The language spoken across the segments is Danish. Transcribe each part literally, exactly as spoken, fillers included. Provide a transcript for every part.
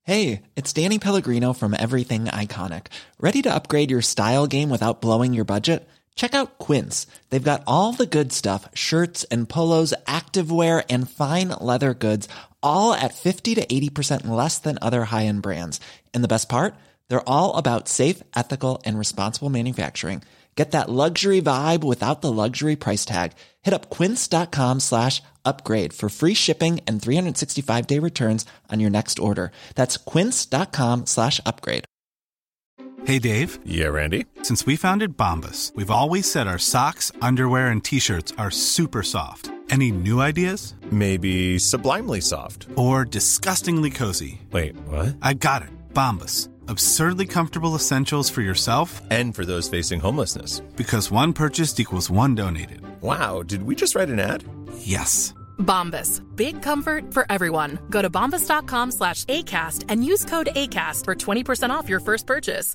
Hey, it's Danny Pellegrino from Everything Iconic. Ready to upgrade your style game without blowing your budget? Check out Quince. They've got all the good stuff, shirts and polos, activewear, and fine leather goods, all at fifty to eighty percent less than other high-end brands. And the best part? They're all about safe, ethical, and responsible manufacturing. Get that luxury vibe without the luxury price tag. Hit up quince.com slash upgrade for free shipping and three sixty-five day returns on your next order. That's quince.com slash upgrade. Hey, Dave. Yeah, Randy. Since we founded Bombas, we've always said our socks, underwear, and T-shirts are super soft. Any new ideas? Maybe sublimely soft. Or disgustingly cozy. Wait, what? I got it. Bombas. Absurdly comfortable essentials for yourself and for those facing homelessness. Because one purchased equals one donated. Wow, did we just write an ad? Yes. Bombas. Big comfort for everyone. Go to bombas.com slash ACAST and use code ACAST for twenty percent off your first purchase.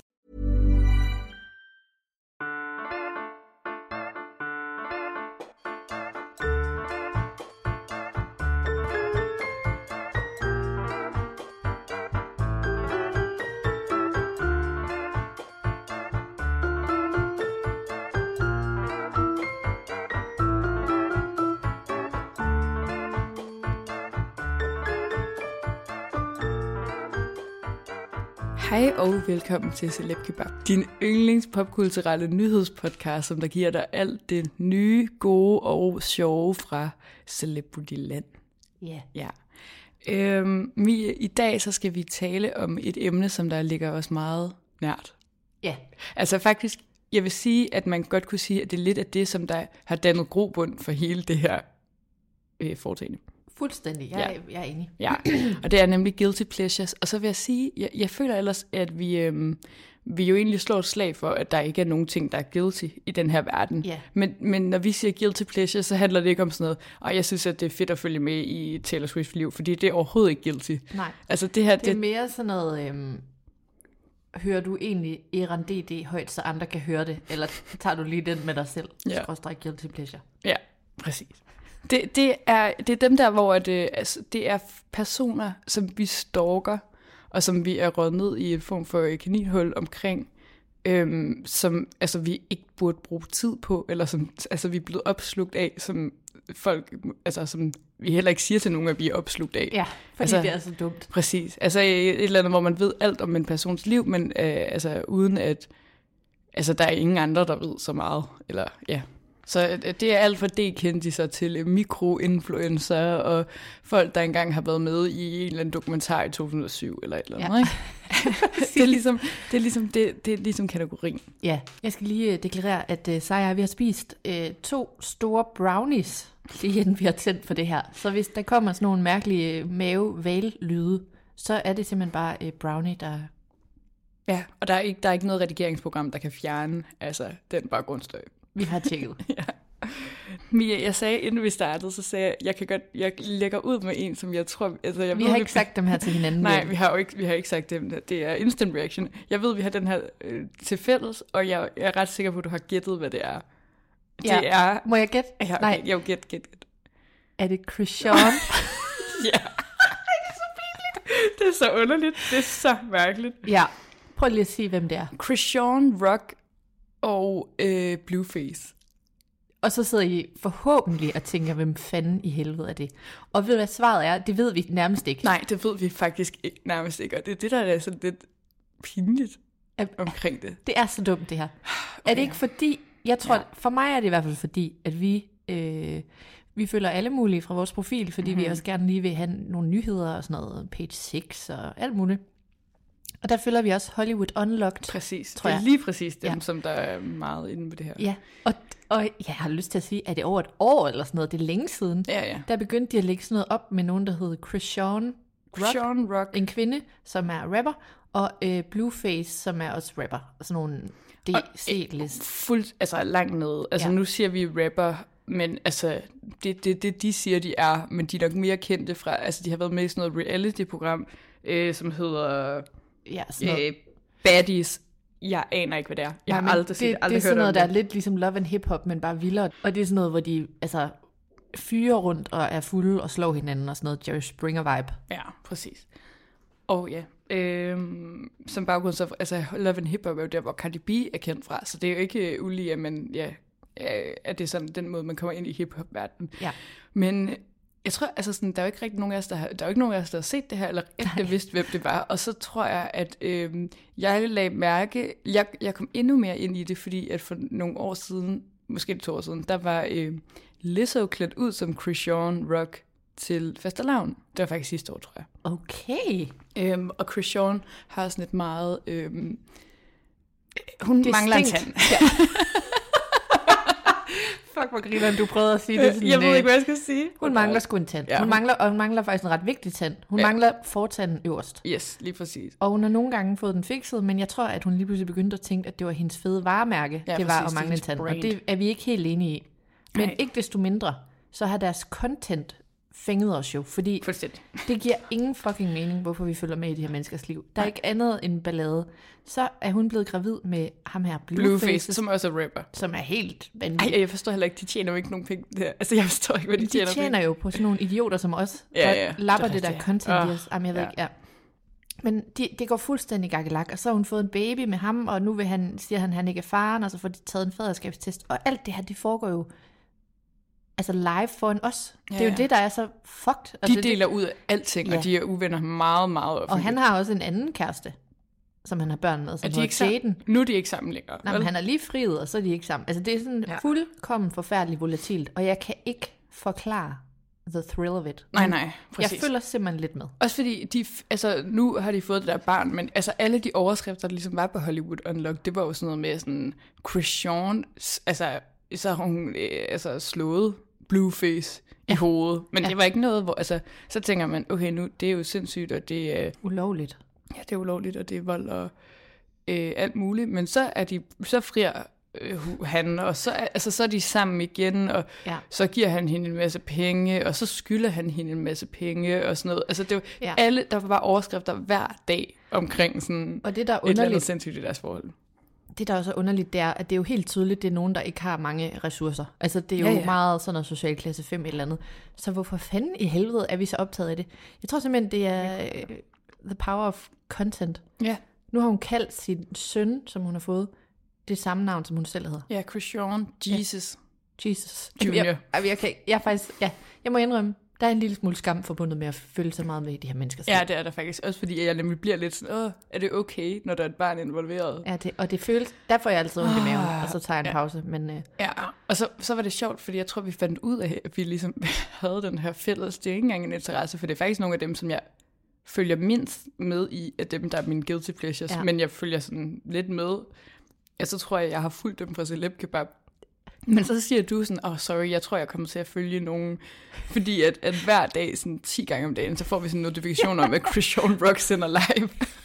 Hej og velkommen til Celeb Kebab, din yndlings popkulturelle nyhedspodcast, som der giver dig alt det nye, gode og sjove fra Celebrity-land. Yeah. Ja. Øhm, Mie, i dag så skal vi tale om et emne, som der ligger os meget nært. Ja. Yeah. Altså faktisk, jeg vil sige, at man godt kunne sige, at det er lidt af det, som der har dannet grobund for hele det her øh, foretagende. Fuldstændig, jeg, ja. er, jeg er enig. Ja, og det er nemlig guilty pleasures. Og så vil jeg sige, jeg, jeg føler ellers, at vi, øhm, vi jo egentlig slår et slag for, at der ikke er nogen ting, der er guilty i den her verden. Yeah. Men, men når vi siger guilty pleasures, så handler det ikke om sådan noget, og jeg synes, at det er fedt at følge med i Taylor Swift's liv, fordi det er overhovedet ikke guilty. Nej, altså, det, her, det er det... mere sådan noget, øhm, hører du egentlig Eran D D højt, så andre kan høre det, eller tager du lige den med dig selv? Ja. Skråstreg guilty pleasure. Ja, præcis. Det, det, er, det er dem der, hvor det, altså, det er personer, som vi stalker, og som vi er røget ned i en form for kaninhul omkring, øhm, som altså, vi ikke burde bruge tid på, eller som altså, vi er blevet opslugt af, som folk, altså som vi heller ikke siger til nogen, at vi er opslugt af. Ja, fordi altså, det er så dumt. Præcis. Altså et eller andet, hvor man ved alt om en persons liv, men øh, altså uden at, altså der er ingen andre, der ved så meget, eller ja. Så det er alt fra D-kendiser til mikroinfluencer og folk, der engang har været med i en eller anden dokumentar i to tusind og syv eller et eller andet. Ja. Ikke? det, er ligesom, det, er ligesom, det, det er ligesom kategorien. Ja, jeg skal lige deklarere, at uh, Saja og jeg, vi har spist uh, to store brownies, lige inden vi har tændt for det her. Så hvis der kommer sådan nogle mærkelige mave-val-lyde, så er det simpelthen bare uh, brownie, der... Ja, og der er, ikke, der er ikke noget redigeringsprogram, der kan fjerne altså, den baggrundsstøj. Vi har tjekket. Ja. Mia, jeg sagde, inden vi startede, så sagde jeg, jeg kan godt, jeg lægger ud med en, som jeg tror... Altså, jeg vi ved, har ikke vi... sagt dem her til hinanden. Nej, vi har jo ikke, vi har ikke sagt dem. Det er instant reaction. Jeg ved, vi har den her øh, til fælles, og jeg, jeg er ret sikker på, at du har gættet, hvad det er. Det ja. er... Må jeg gætte? Ja, okay. Nej. Jeg gæt, gæt, gæt. Er det Christian? Ja. Det er så pinligt. Det er så underligt. Det er så mærkeligt. Ja. Prøv lige at sige, hvem det er. Christian Rock og øh, Blueface. Og så sidder I forhåbentlig og tænker, hvem fanden i helvede er det? Og ved du, hvad svaret er? Det ved vi nærmest ikke. Nej, det ved vi faktisk ikke, nærmest ikke. Og det er det, der er sådan lidt pinligt omkring det. Det er så dumt, det her. Okay. Er det ikke fordi, jeg tror, ja. For mig er det i hvert fald fordi, at vi, øh, vi følger alle mulige fra vores profil, fordi mm-hmm. vi også gerne lige vil have nogle nyheder og sådan noget, page seks og alt muligt. Og der følger vi også Hollywood Unlocked. Præcis, tror det er jeg. lige præcis dem, ja. som der er meget inde på det her. Ja, og, og jeg har lyst til at sige, at det er over et år eller sådan noget, det er længe siden. Ja, ja. Der begyndte de at lægge sådan noget op med nogen, der hedder Christian Christian Rock. En kvinde, som er rapper, og øh, Blueface, som er også rapper. Sådan nogle D C-list. Fuldt, altså langt nede. Altså ja. Nu siger vi rapper, men altså, det, det, det de siger, de er, men de er nok mere kendte fra, altså de har været med i sådan noget reality-program, øh, som hedder... Ja, sådan noget. Øh, Baddies. Jeg aner ikke, hvad det er. Jeg har Nej, aldrig set det, aldrig det er sådan noget, der det. er lidt ligesom Love and Hip Hop, men bare vildere. Og det er sådan noget, hvor de altså fyrer rundt og er fulde og slår hinanden og sådan noget Jerry Springer-vibe. Ja, præcis. Og ja, Øhm, som baggrund, så altså Love and Hip Hop er jo der, hvor Cardi B er kendt fra, så det er jo ikke uh, ulige, at man, ja, at det er sådan den måde, man kommer ind i hip-hop-verdenen. Ja. Men jeg tror, altså sådan, der er jo ikke rigtig nogen af os, der har, der er jo ikke nogen af os, der har set det her, eller rigtig vidst, hvem det var, og så tror jeg, at øhm, jeg lagde mærke, jeg, jeg kom endnu mere ind i det, fordi at for nogle år siden, måske to år siden, der var øh, Lizzo klædt ud som Chrisean Rock til fastelavn. Det var faktisk sidste år, tror jeg. Okay. Øhm, og Chrisean har sådan et meget... Øhm, hun Distinct. mangler en tand. Ja. Fuck, hvor griner du prøvede at sige det sådan. Jeg ved øh, ikke, hvad jeg skal sige. Hun mangler sgu en tand. Ja. Hun mangler, og hun mangler faktisk en ret vigtig tand. Hun Ja. mangler fortanden øverst. Yes, lige præcis. Og hun har nogle gange fået den fikset, men jeg tror, at hun lige pludselig begyndte at tænke, at det var hendes fede varemærke. Ja, det var præcis, at mangle en det er tand. Og hendes det er vi ikke helt enige i. Men Nej. ikke desto mindre, så har deres content fænget os jo. Fordi Fuldstændig. det giver ingen fucking mening, hvorfor vi følger med i de her menneskers liv. Der er ikke andet end ballade. Så er hun blevet gravid med ham her, Blueface, Blueface, som også er rapper. som er helt vanvittig. Ej, jeg forstår heller ikke, de tjener jo ikke nogen penge der. Altså, jeg forstår ikke, hvad de, De tjener. tjener jo på sådan nogle idioter som os, Ja, der ja, lapper det er det, det der rigtigt. content Åh, i os. Jamen, jeg ved ja. ikke, ja. Men de, det går fuldstændig gakkelak, og så har hun fået en baby med ham, og nu vil han, siger han, at han ikke er faren, og så får de taget en faderskabstest. Og alt det her, det foregår jo altså live foran os. Ja, det er jo ja. det, der er så fucked. Og De det, deler ud af alting, Ja. og de er uvenner meget, meget offentligt. og han har også en anden kæreste, som han har børn med, som er de hedder ikke sammen? Jaden. Nu er de ikke sammen længere. Nej, men han er lige friet, og så er de ikke sammen. Altså, det er sådan Ja. fuldkommen forfærdeligt volatilt, og jeg kan ikke forklare the thrill of it. Nej, nej, præcis. Jeg følger simpelthen lidt med. Også fordi, de, altså, nu har de fået det der barn, men altså, alle de overskrifter, der ligesom var på Hollywood Unlocked, det var jo sådan noget med sådan, Chrisean, altså, så har hun øh, altså, slået Blueface ja. i hovedet. Men Ja. ja. det var ikke noget, hvor, altså, så tænker man, okay, nu, det er jo sindssygt, og det er, Ulovligt. ja, det er ulovligt, og det er vold og øh, alt muligt. Men så er de, så frier øh, han, og så er, altså, så er de sammen igen, og Ja. så giver han hende en masse penge, og så skylder han hende en masse penge, og sådan noget. Altså, det var Ja. alle, der var bare overskrifter hver dag omkring sådan Og det, der er et eller andet underligt, sindssygt i deres forhold. det, der også er underligt, det er, at det er jo helt tydeligt, det er nogen, der ikke har mange ressourcer. Altså, det er jo Ja, ja, ja. ja. meget sådan noget social klasse fem et eller andet. Så hvorfor fanden i helvede er vi så optaget af det? Jeg tror simpelthen, det er uh, the power of content. Ja, Nu har hun kaldt sin søn, som hun har fået, det samme navn, som hun selv hedder. ja, Chrisean, Jesus. Jesus. Junior. Jeg, jeg, jeg, kan, jeg, er faktisk, ja, jeg må indrømme, der er en lille smule skam forbundet med at følge så meget med i de her mennesker. Ja, det er der faktisk. Også fordi jeg nemlig bliver lidt sådan, åh, er det okay, når der er et barn involveret? Ja, det, og det føles, derfor er jeg altid ondt i maven, Ah, og så tager jeg en ja. pause. Men øh, Ja, og så, så var det sjovt, fordi jeg tror, vi fandt ud af, at vi ligesom havde den her fælles, det er ikke engang en interesse, for det er faktisk nogle af dem, som jeg følger mindst med i, af dem, der er mine guilty pleasures, Ja. ja. men jeg følger sådan lidt med. Ja, så tror jeg, jeg har fulgt dem fra Celeb Kebab. Men så siger du sådan, åh, oh, sorry, jeg tror, jeg kommer til at følge nogen, fordi at, at hver dag, sådan ti gange om dagen, så får vi sådan en notifikation om, at Chrisean Rock sender live.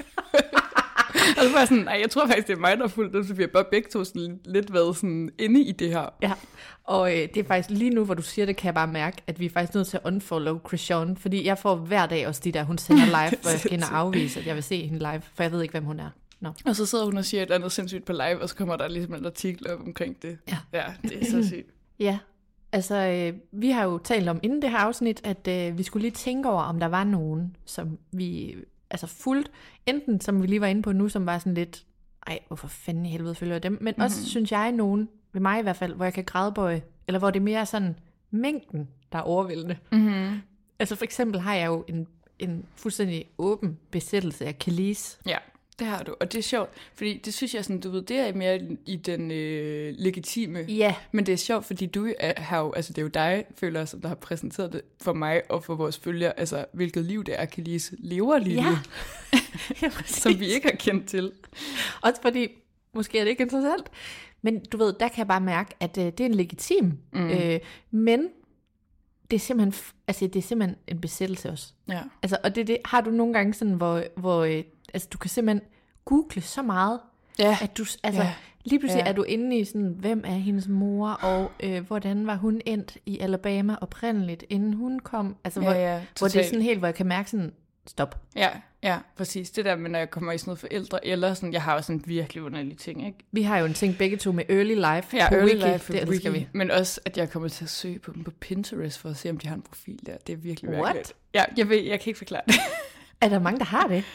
Og så var jeg sådan, nej, jeg tror faktisk, det er mig, der har fulgt dem, så vi har bare begge to sådan lidt, lidt været sådan inde i det her. ja, og øh, det er faktisk lige nu, hvor du siger det, kan jeg bare mærke, at vi er faktisk nødt til at unfollow Chrisean, fordi jeg får hver dag også de der, hun sender live, hvor jeg skal ind og afvise, at jeg vil se hende live, for jeg ved ikke, hvem hun er. No. Og så sidder hun og siger et eller andet sindssygt på live, og så kommer der ligesom en artikel op omkring det. Ja. Ja, det er så sygt. Ja, altså øh, vi har jo talt om inden det her afsnit, at øh, vi skulle lige tænke over, om der var nogen, som vi altså fuldt, enten som vi lige var inde på nu, som var sådan lidt, ej, hvorfor fanden i helvede følger jeg dem, men mm-hmm. også synes jeg nogen, ved mig i hvert fald, hvor jeg kan grædebøje, eller hvor det mere er sådan mængden, der er overvældende. Mm-hmm. Altså for eksempel har jeg jo en, en fuldstændig åben besættelse af Kelis. Ja, det har du. Og det er sjovt, fordi det synes jeg sådan, du ved, det er mere i den øh, legitime. Ja. Men det er sjovt, fordi du er, har jo, altså det er jo dig, føler jeg, som der har præsenteret det for mig og for vores følgere, altså hvilket liv det er, Kelis lever lige nu, Ja. Ja, som vi ikke har kendt til. Også fordi, måske er det ikke interessant, men du ved, der kan jeg bare mærke, at øh, det er en legitim, mm. øh, men det er simpelthen, f- altså det er simpelthen en besættelse også. Ja. Altså, og det, det har du nogle gange sådan, hvor, hvor øh, altså, du kan simpelthen google så meget, Ja. at du, altså, Ja. lige pludselig Ja. er du inde i sådan, hvem er hendes mor, og øh, hvordan var hun endt i Alabama oprindeligt, inden hun kom, altså, Ja, hvor, ja, hvor det er totalt. sådan helt, hvor jeg kan mærke sådan, stop. Ja, ja, præcis. Det der med, når jeg kommer i sådan noget forældre, eller sådan, jeg har jo sådan virkelig underlige ting, ikke? Vi har jo en ting begge to med early life Ja, på early Wiki, life det elsker vi. Men også, at jeg kommer til at søge på dem på Pinterest, for at se, om de har en profil der. Det er virkelig What? mærkeligt. Ja, jeg ved, jeg kan ikke forklare det. Er der mange, der har det?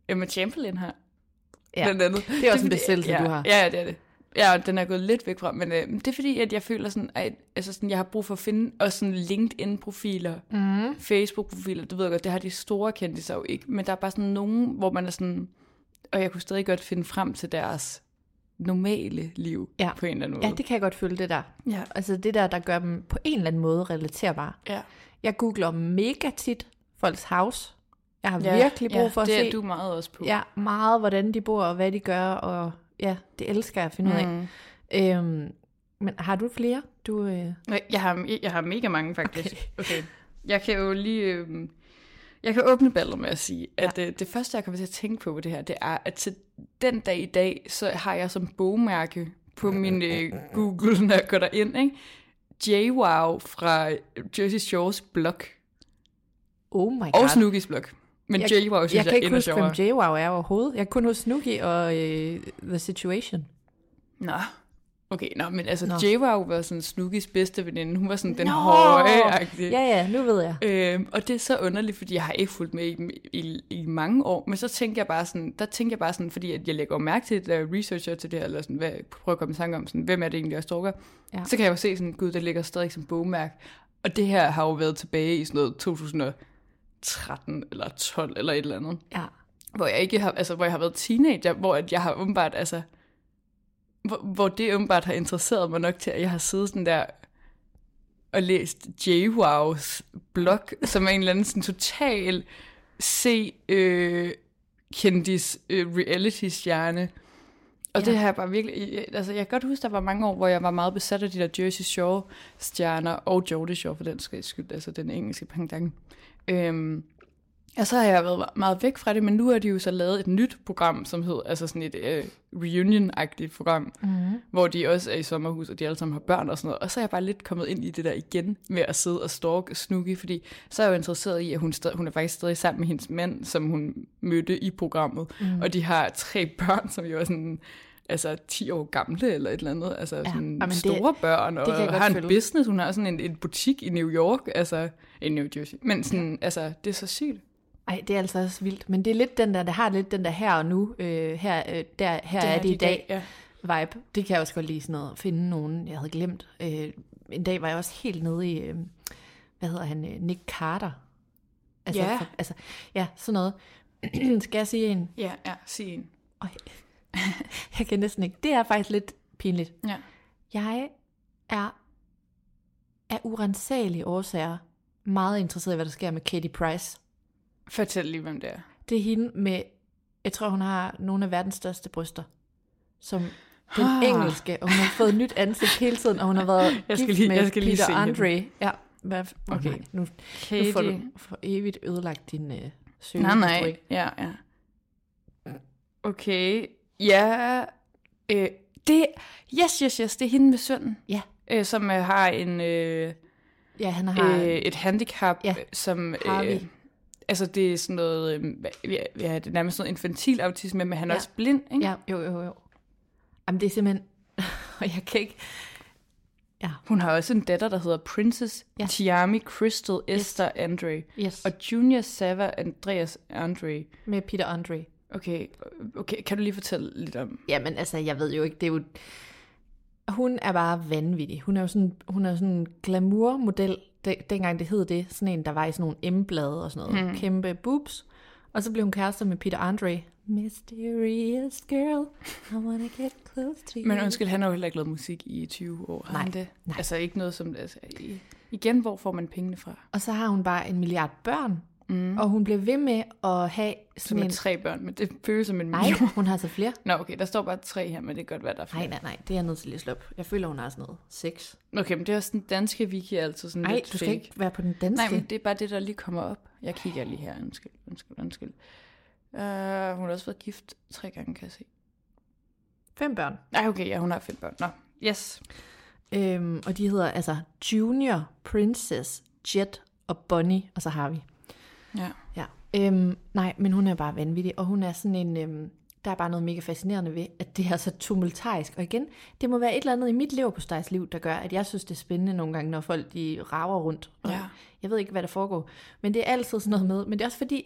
Emma Chamberlain har. Ja, blandt andet. det er også en fordi- besættelse, ja, du har. Ja, det er det. Ja, den er gået lidt væk fra, men øh, det er fordi, at jeg føler sådan, at altså sådan, jeg har brug for at finde også sådan LinkedIn-profiler, mm. Facebook-profiler, du ved godt, det har de store kendte jo ikke, men der er bare sådan nogen, hvor man er sådan, og jeg kunne stadig godt finde frem til deres normale liv Ja. på en eller anden måde. Ja, det kan jeg godt føle, det der. Ja. Altså det der, der gør dem på en eller anden måde relaterbare. Ja. Jeg googler mega tit folks house. Jeg har Ja, virkelig brug ja, for at det se er du meget også på. ja, meget, hvordan de bor og hvad de gør, og ja, det elsker jeg at finde mm. ud af. Øhm, men har du flere? Du, øh... Jeg har, jeg har mega mange, faktisk. Okay. okay. Jeg kan jo lige... Øh, jeg kan åbne ballet med at sige, at ja. øh, det første, jeg kommer til at tænke på ved det her, det er, at til den dag i dag, så har jeg som bogmærke på min øh, Google, når jeg går derind, ikke? JWoww fra Jersey Shores blog. Oh my god. Og Snooki's blog. Men jeg, JWoww synes jeg, jeg, jeg kan ikke er huske, sjovere. hvem JWoww er overhovedet. Jeg kan kun huske Snooki og øh, The Situation. Nå. Okay, nå, men altså Nå. JWoww var sådan Snooki's bedste veninde. Hun var sådan den Nå! høje-agtige. Ja, ja, nu ved jeg. Øhm, og det er så underligt, fordi jeg har ikke fulgt med i, dem i, i mange år, men så tænker jeg bare sådan, der tænker jeg bare sådan, fordi at jeg lægger jo mærke til, at jeg researcher til det her, eller sådan, hvad, prøver at komme i tanke om, sådan, hvem er det egentlig, jeg stalker, Ja. så kan jeg jo se sådan, gud, der ligger stadig som bogmærke, og det her har jo været tilbage i sådan noget to tusind og tretten eller tolv eller et eller andet, Ja. hvor jeg ikke har, altså hvor jeg har været teenager, hvor at jeg har åbenbart, altså, hvor, hvor det åbenbart har interesseret mig nok til, at jeg har siddet sådan der og læst JWowws blog, som er en eller anden sådan total se øh, kendis øh, reality-stjerne. Og Ja. det har jeg bare virkelig... jeg- Altså, jeg kan godt huske, der var mange år, hvor jeg var meget besat af de der Jersey Shore-stjerner, og Geordie Shore for den skyld, altså den engelske pendant. Øhm, og så har jeg været meget væk fra det, men nu har de jo så lavet et nyt program, som hedder, altså sådan et øh, reunion-agtigt program, mm-hmm. hvor de også er i sommerhus, og de alle sammen har børn og sådan noget. Og så er jeg bare lidt kommet ind i det der igen, med at sidde og stalke Snooki, fordi så er jeg jo interesseret i, at hun, stadig, hun er faktisk stadig sammen med hendes mand, som hun mødte i programmet. Mm. Og de har tre børn, som jo er sådan... altså ti år gamle eller et eller andet, altså ja, sådan jamen det- store børn, og det kan jeg godt har en følge. business, hun har sådan en, en butik i New York, altså i New Jersey, men sådan, ja. altså, det er så sygt. Ej, det er altså også vildt. Men det er lidt den der, det har lidt den der her og nu, øh, her, øh, der, her det er det i dag, ja. vibe. Det kan jeg også godt lide sådan noget, finde nogen, jeg havde glemt. Øh, en dag var jeg også helt nede i, øh, hvad hedder han, øh, Nick Carter. Altså, Ja. For, altså, ja, sådan noget. Skal jeg sige en? Ja, ja, sig en. Øj. Jeg kan næsten ikke. Det er faktisk lidt pinligt. Ja. Jeg er af urensagelige årsager meget interesseret i, hvad der sker med Katie Price. Fortæl lige, hvem det er. Det er hende med, jeg tror, hun har nogle af verdens største bryster. Som den Ah. engelske, og hun har fået nyt ansigt hele tiden, og hun har været Jeg skal gift lige- med jeg skal lige Peter se Andre. Ja, hvad, okay. Okay. Nej, nu, nu Katie. får du for evigt ødelagt din øh, Nej, søgehistorik. nej, ja, ja. Okay, ja, øh, det, yes, yes, yes, det er hende med sønnen, Ja, øh, som øh, har en, øh, ja, han har... øh, et handicap, Ja, øh, som, Harvey. øh, altså det er sådan noget, øh, ja, ja, det er nærmest sådan noget infantil autisme, men han er Ja. også blind, ikke? Ja, jo, jo, jo. Jamen, det er simpelthen... Og jeg kan ikke... Ja, Hun har også en datter, der hedder Princess Ja. Tiami Crystal Esther Andre, yes. og Junior Sava Andreas Andre. Med Peter Andre. Okay, okay, kan du lige fortælle lidt om... Jamen, altså, jeg ved jo ikke, det er jo... Hun er bare vanvittig. Hun er jo sådan, hun er jo sådan en glamour-model, de, dengang det hed det. Sådan en, der var i sådan nogle M-blade og sådan noget. Hmm. Kæmpe boobs. Og så blev hun kærester med Peter Andre. Mysterious girl, I wanna get close to you. Men undskyld, han har jo heller ikke lavet musik i tyve år. Har Nej, han det? nej. Altså ikke noget som... Altså, i- igen, hvor får man pengene fra? Og så har hun bare en milliard børn. Mm. Og hun bliver ved med at have Som sådan er en... tre børn, men det føles som en Nej, million. hun har så flere. Nå, okay, der står bare tre her, men det kan godt være, der er flere. Nej, nej, nej, det er jeg nødt til lige at slå op. Jeg føler, hun har sådan noget. Seks. Okay, men det er også den danske wiki, altså sådan Nej, lidt du skal fake. ikke være på den danske. Nej, men det er bare det, der lige kommer op. Jeg kigger lige her, undskyld, undskyld, undskyld. Uh, hun har også været gift tre gange, kan jeg se. Fem børn. Nej, okay, ja, hun har fem børn. Nå, yes. Øhm, og de hedder altså Junior, Princess, Jet og Bonnie, og så har vi. Ja. Ja. Øhm, nej, men hun er bare vanvittig, og hun er sådan en... Øhm, der er bare noget mega fascinerende ved, at det er så tumultarisk. Og igen, det må være et eller andet i mit leverpostejsliv, der gør, at jeg synes, det er spændende nogle gange, når folk de rager rundt. Og Ja. jeg ved ikke, hvad der foregår. Men det er altid sådan noget med. Men det er også fordi, at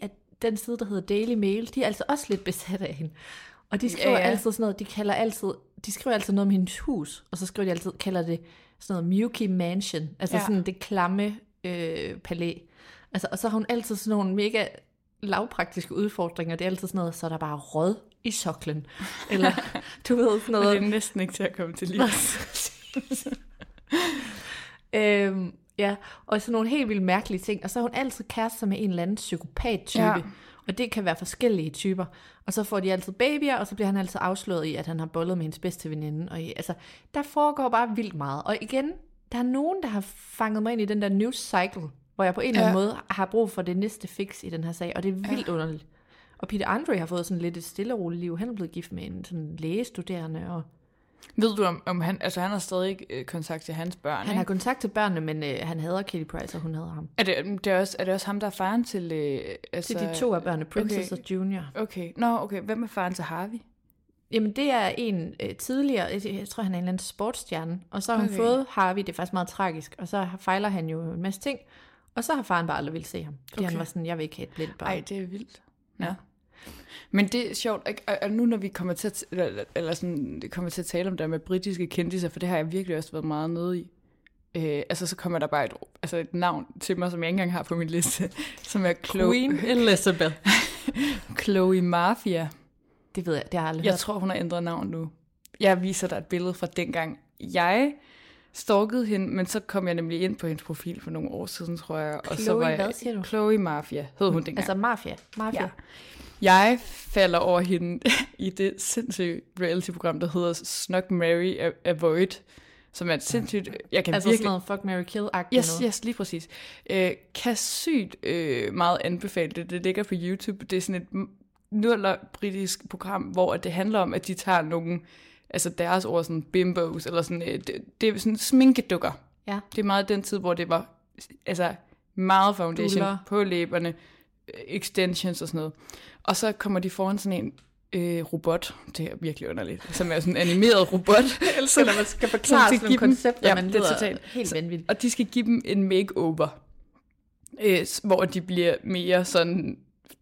den side, der hedder Daily Mail, de er altså også lidt besat af hende. Og de skriver ja, ja. altid sådan noget, de kalder altid, de skriver altid noget om hendes hus, og så skriver de altid, kalder det sådan noget Mewky Mansion, altså ja. sådan det klamme øh, palæ. Altså, og så har hun altid sådan nogle mega lavpraktiske udfordringer, det er altid sådan noget, så er der bare råd i soklen, eller du ved sådan noget. Det er næsten ikke til at komme til liv. øhm, ja, og sådan nogle helt vildt mærkelige ting, og så har hun altid kærester sig med en eller anden psykopat-type, ja. Og det kan være forskellige typer, og så får de altid babyer, og så bliver han altid afsløret i, at han har bollet med hendes bedste veninde, og altså, der foregår bare vildt meget, og igen, der er nogen, der har fanget mig ind i den der news cycle, hvor jeg på en eller anden ja. måde har brug for det næste fix i den her sag, og det er vildt ja. underligt. Og Peter Andre har fået sådan lidt et stille og roligt liv. Han er blevet gift med en sådan lægestuderende. Og ved du, om, om han, altså han har stadig øh, kontakt til hans børn, Han ikke? har kontakt til børnene, men øh, han hader Kitty Pryce, og hun hader ham. Er det, det er, også, er det også ham, der er faren til... Øh, altså, til de to af børnene, Princess okay. og Junior. Okay, nå okay. Hvem er faren til Harvey? Jamen det er en øh, tidligere, jeg, jeg tror han er en eller anden sportsstjerne, og så har hun okay. fået Harvey, det er faktisk meget tragisk, og så fejler han jo en masse ting, og så har faren bare aldrig ville se ham. Fordi okay. han var sådan, jeg vil ikke have et blindt barn. Ej, det er vildt. Ja. ja. Men det er sjovt, og nu når vi kommer til at, eller, eller sådan, kommer til at tale om det med britiske kendisser, for det har jeg virkelig også været meget nede i. Øh, altså så kommer der bare et, altså et navn til mig, som jeg ikke engang har på min liste, som er Chloe, Queen Elizabeth. Chloe Mafia. Det ved jeg, det har jeg aldrig Jeg hørt. tror, hun har ændret navn nu. Jeg viser dig et billede fra dengang. Jeg stalkede hende, men så kom jeg nemlig ind på hendes profil for nogle år siden, tror jeg. Og Chloe, så var jeg, hvad siger du? Chloe Mafia hed hun dengang. Altså Mafia. Mafia. Ja. Jeg falder over hende i det sindssyge reality-program, der hedder Snuck, Marry, Avoid, som er et sindssygt... Jeg kan altså virkelig, sådan noget fuck, marry, kill-agtigt yes, noget. Yes, lige præcis. Øh, kan sygt øh, meget anbefale det. Det ligger på YouTube. Det er sådan et nuller britisk program, hvor det handler om, at de tager nogle... Altså deres ord, sådan bimbos, eller sådan... Øh, det, det er sådan sminkedukker. Ja. Det er meget den tid, hvor det var... Altså meget foundation Duller. på læberne, extensions og sådan noget. Og så kommer de foran sådan en øh, robot, det er virkelig underligt, som er sådan en animeret robot. Jeg elsker, når man skal forklare sådan nogle koncepter, ja, man det er lyder totalt helt vanvittigt. Og de skal give dem en makeover, øh, hvor de bliver mere sådan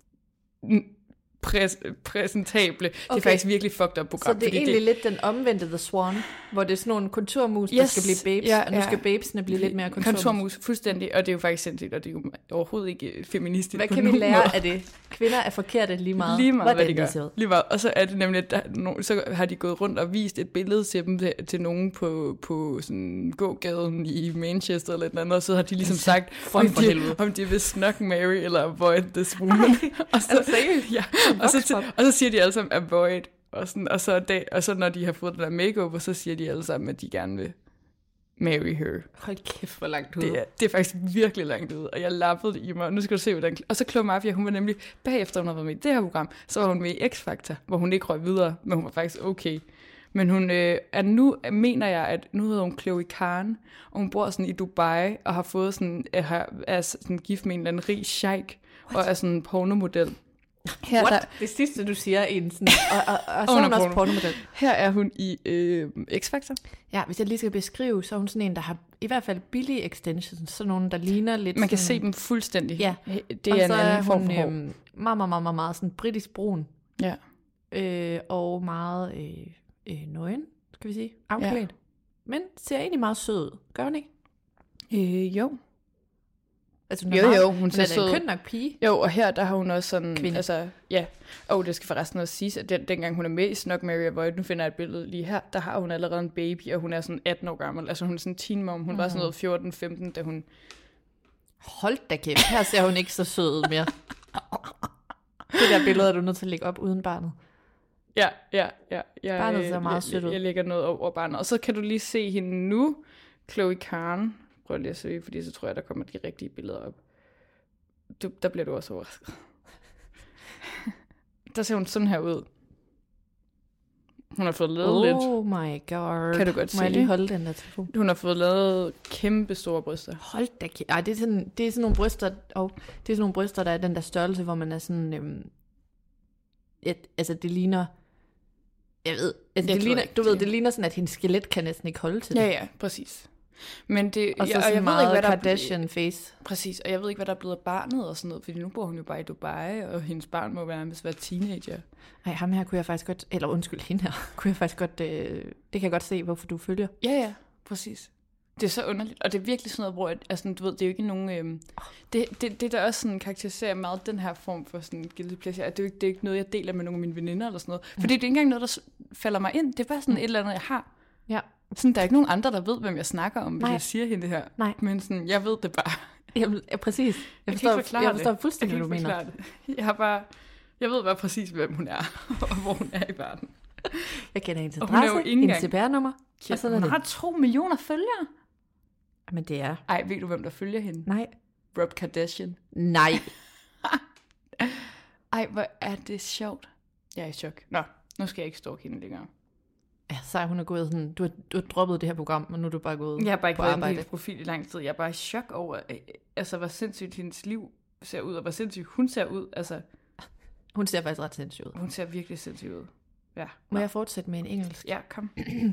præs- præsentable. Okay. Det er faktisk virkelig fucked up program. Så det er egentlig det... lidt den omvendte The Swan, hvor det er sådan nogle konturmus, yes, der skal blive babes, ja, og nu ja. skal babesene blive lidt mere konturmus. Konturmus, fuldstændig, og det er jo faktisk sindssygt, og det er jo overhovedet ikke feministisk. Hvad kan vi lære måde. af det? Kvinder er forkerte lige meget. Lige meget, Hvordan hvad de gør. Lige meget. Og så er det nemlig, at der, no, så har de gået rundt og vist et billede til dem, til, til nogen på, på sådan gågaden i Manchester eller et eller andet, og så har de ligesom sagt, om de, om de vil snuck, marry eller avoid this woman. og, så, ja, og, så, og så siger de alle sammen avoid, og, sådan, og, så dag, og så når de har fået den der makeover, så siger de alle sammen, at de gerne vil marry her. Hold kæft, hvor langt ud. Det er, det er faktisk virkelig langt ud, og jeg lappede det i mig. Nu skal du se, hvordan... Og så Chloe Mafia, hun var nemlig bagefter, hun havde været med i det her program, så var hun med i X-Factor, hvor hun ikke røg videre, men hun var faktisk okay. Men hun øh, er nu, mener jeg, at nu hedder hun Chloe Khan, og hun bor sådan i Dubai, og har fået sådan, er, er sådan gift med en eller anden rig sheik, og er sådan en pornomodel. Her, What? Der... Det sidste, du siger, i en sådan... Og, og, og så er hun også pornomodel. Her er hun i øh, X-Factor. Ja, hvis jeg lige skal beskrive, så er hun sådan en, der har i hvert fald billige extensions. Sådan nogle, der ligner lidt... Man kan sådan... se dem fuldstændig. Ja. Det er en anden form for hår. Øhm, meget, meget, meget, meget sådan britisk brun. Ja. Øh, og meget øh, øh, nøgen, skal vi sige. Afklædt. Ja. Men ser egentlig meget sød ud. Gør hun ikke? Øh, jo. Altså, jo, meget, jo, hun ser sød. Men er en køn nok pige? Jo, og her der har hun også sådan... Kvinde. Altså, ja. Og det skal forresten også siges, at den, dengang hun er med i Snuck, Marry, Avoid, nu finder jeg et billede lige her, der har hun allerede en baby, og hun er sådan atten år gammel. Altså hun er sådan en teen mom. Hun mm. var sådan noget fjorten femten, da hun... Hold da kæft, her ser hun ikke så sød ud mere. Det der billede er du nødt til at lægge op uden barnet. Ja, ja, ja. Jeg, barnet ser meget sødt ud. Jeg, jeg lægger noget over barnet. Og så kan du lige se hende nu, Chloe Khan. Prøv lige at søge, fordi så tror jeg, der kommer de rigtige billeder op. Du, der bliver du også overrasket. Der ser hun sådan her ud. Hun har fået lavet oh lidt. Oh my god. Kan du godt se? Må jeg lige holde den der telefon? Hun har fået lavet kæmpe store bryster. Hold da kæft. Ej, det er sådan, det er sådan nogle bryster, og det er sådan nogle bryster, der er den der størrelse, hvor man er sådan, øhm, et, altså det ligner, jeg ved, altså jeg det ligner, ikke, du ved, det ligner sådan, at hendes skelet kan næsten ikke holde til det. Ja, ja, præcis. Men det, Og så jeg, sådan og jeg meget ved ikke, hvad der Kardashian-face. Præcis, og jeg ved ikke, hvad der er blevet af barnet og sådan noget, fordi nu bor hun jo bare i Dubai, og hendes barn må være, være teenager. Ej, ham her kunne jeg faktisk godt, eller undskyld, hende her, kunne jeg faktisk godt, øh, det kan jeg godt se, hvorfor du følger. Ja, ja, præcis. Det er så underligt, og det er virkelig sådan noget, hvor, altså, du ved, det er jo ikke nogen, øhm, det, det, det der også sådan karakteriserer meget den her form for sådan guilty pleasure, at det er jo ikke, det er ikke noget, jeg deler med nogle af mine veninder eller sådan noget, fordi det er ikke engang noget, der falder mig ind, det er bare sådan et eller andet, jeg har. Ja. Sådan, der er ikke nogen andre, der ved, hvem jeg snakker om, hvis Nej. jeg siger hende det her. Nej. Men sådan, jeg ved det bare. Jamen, ja, præcis. Jeg, Jeg forstår, kan ikke forklare jeg forstår det. fuldstændig, jeg hvad du mener. det. Jeg har bare, jeg ved bare præcis, hvem hun er, og hvor hun er i verden. Jeg kender hendes Og hun er jo adresse, ikke hendes engang- C P R-nummer, og sådan er Hun det. har to millioner følgere. Men det er... Ej, ved du, hvem der følger hende? Nej. Rob Kardashian. Nej. Ej, hvor er det sjovt. Jeg er i chok. Nå, nu skal jeg ikke stalke hende længere. Ja, så er hun er gået sådan, du har, du har droppet det her program, og nu er du bare gået Jeg har bare ikke på været i arbejde. hendes profil i lang tid. Jeg er bare i chok over, øh, altså, hvor sindssygt hendes liv ser ud, og hvor sindssygt hun ser ud. Altså, Hun ser faktisk ret sindssyg ud. hun ser virkelig sindssygt ud. Ja. Må jeg fortsætte med en engelsk? Ja, kom.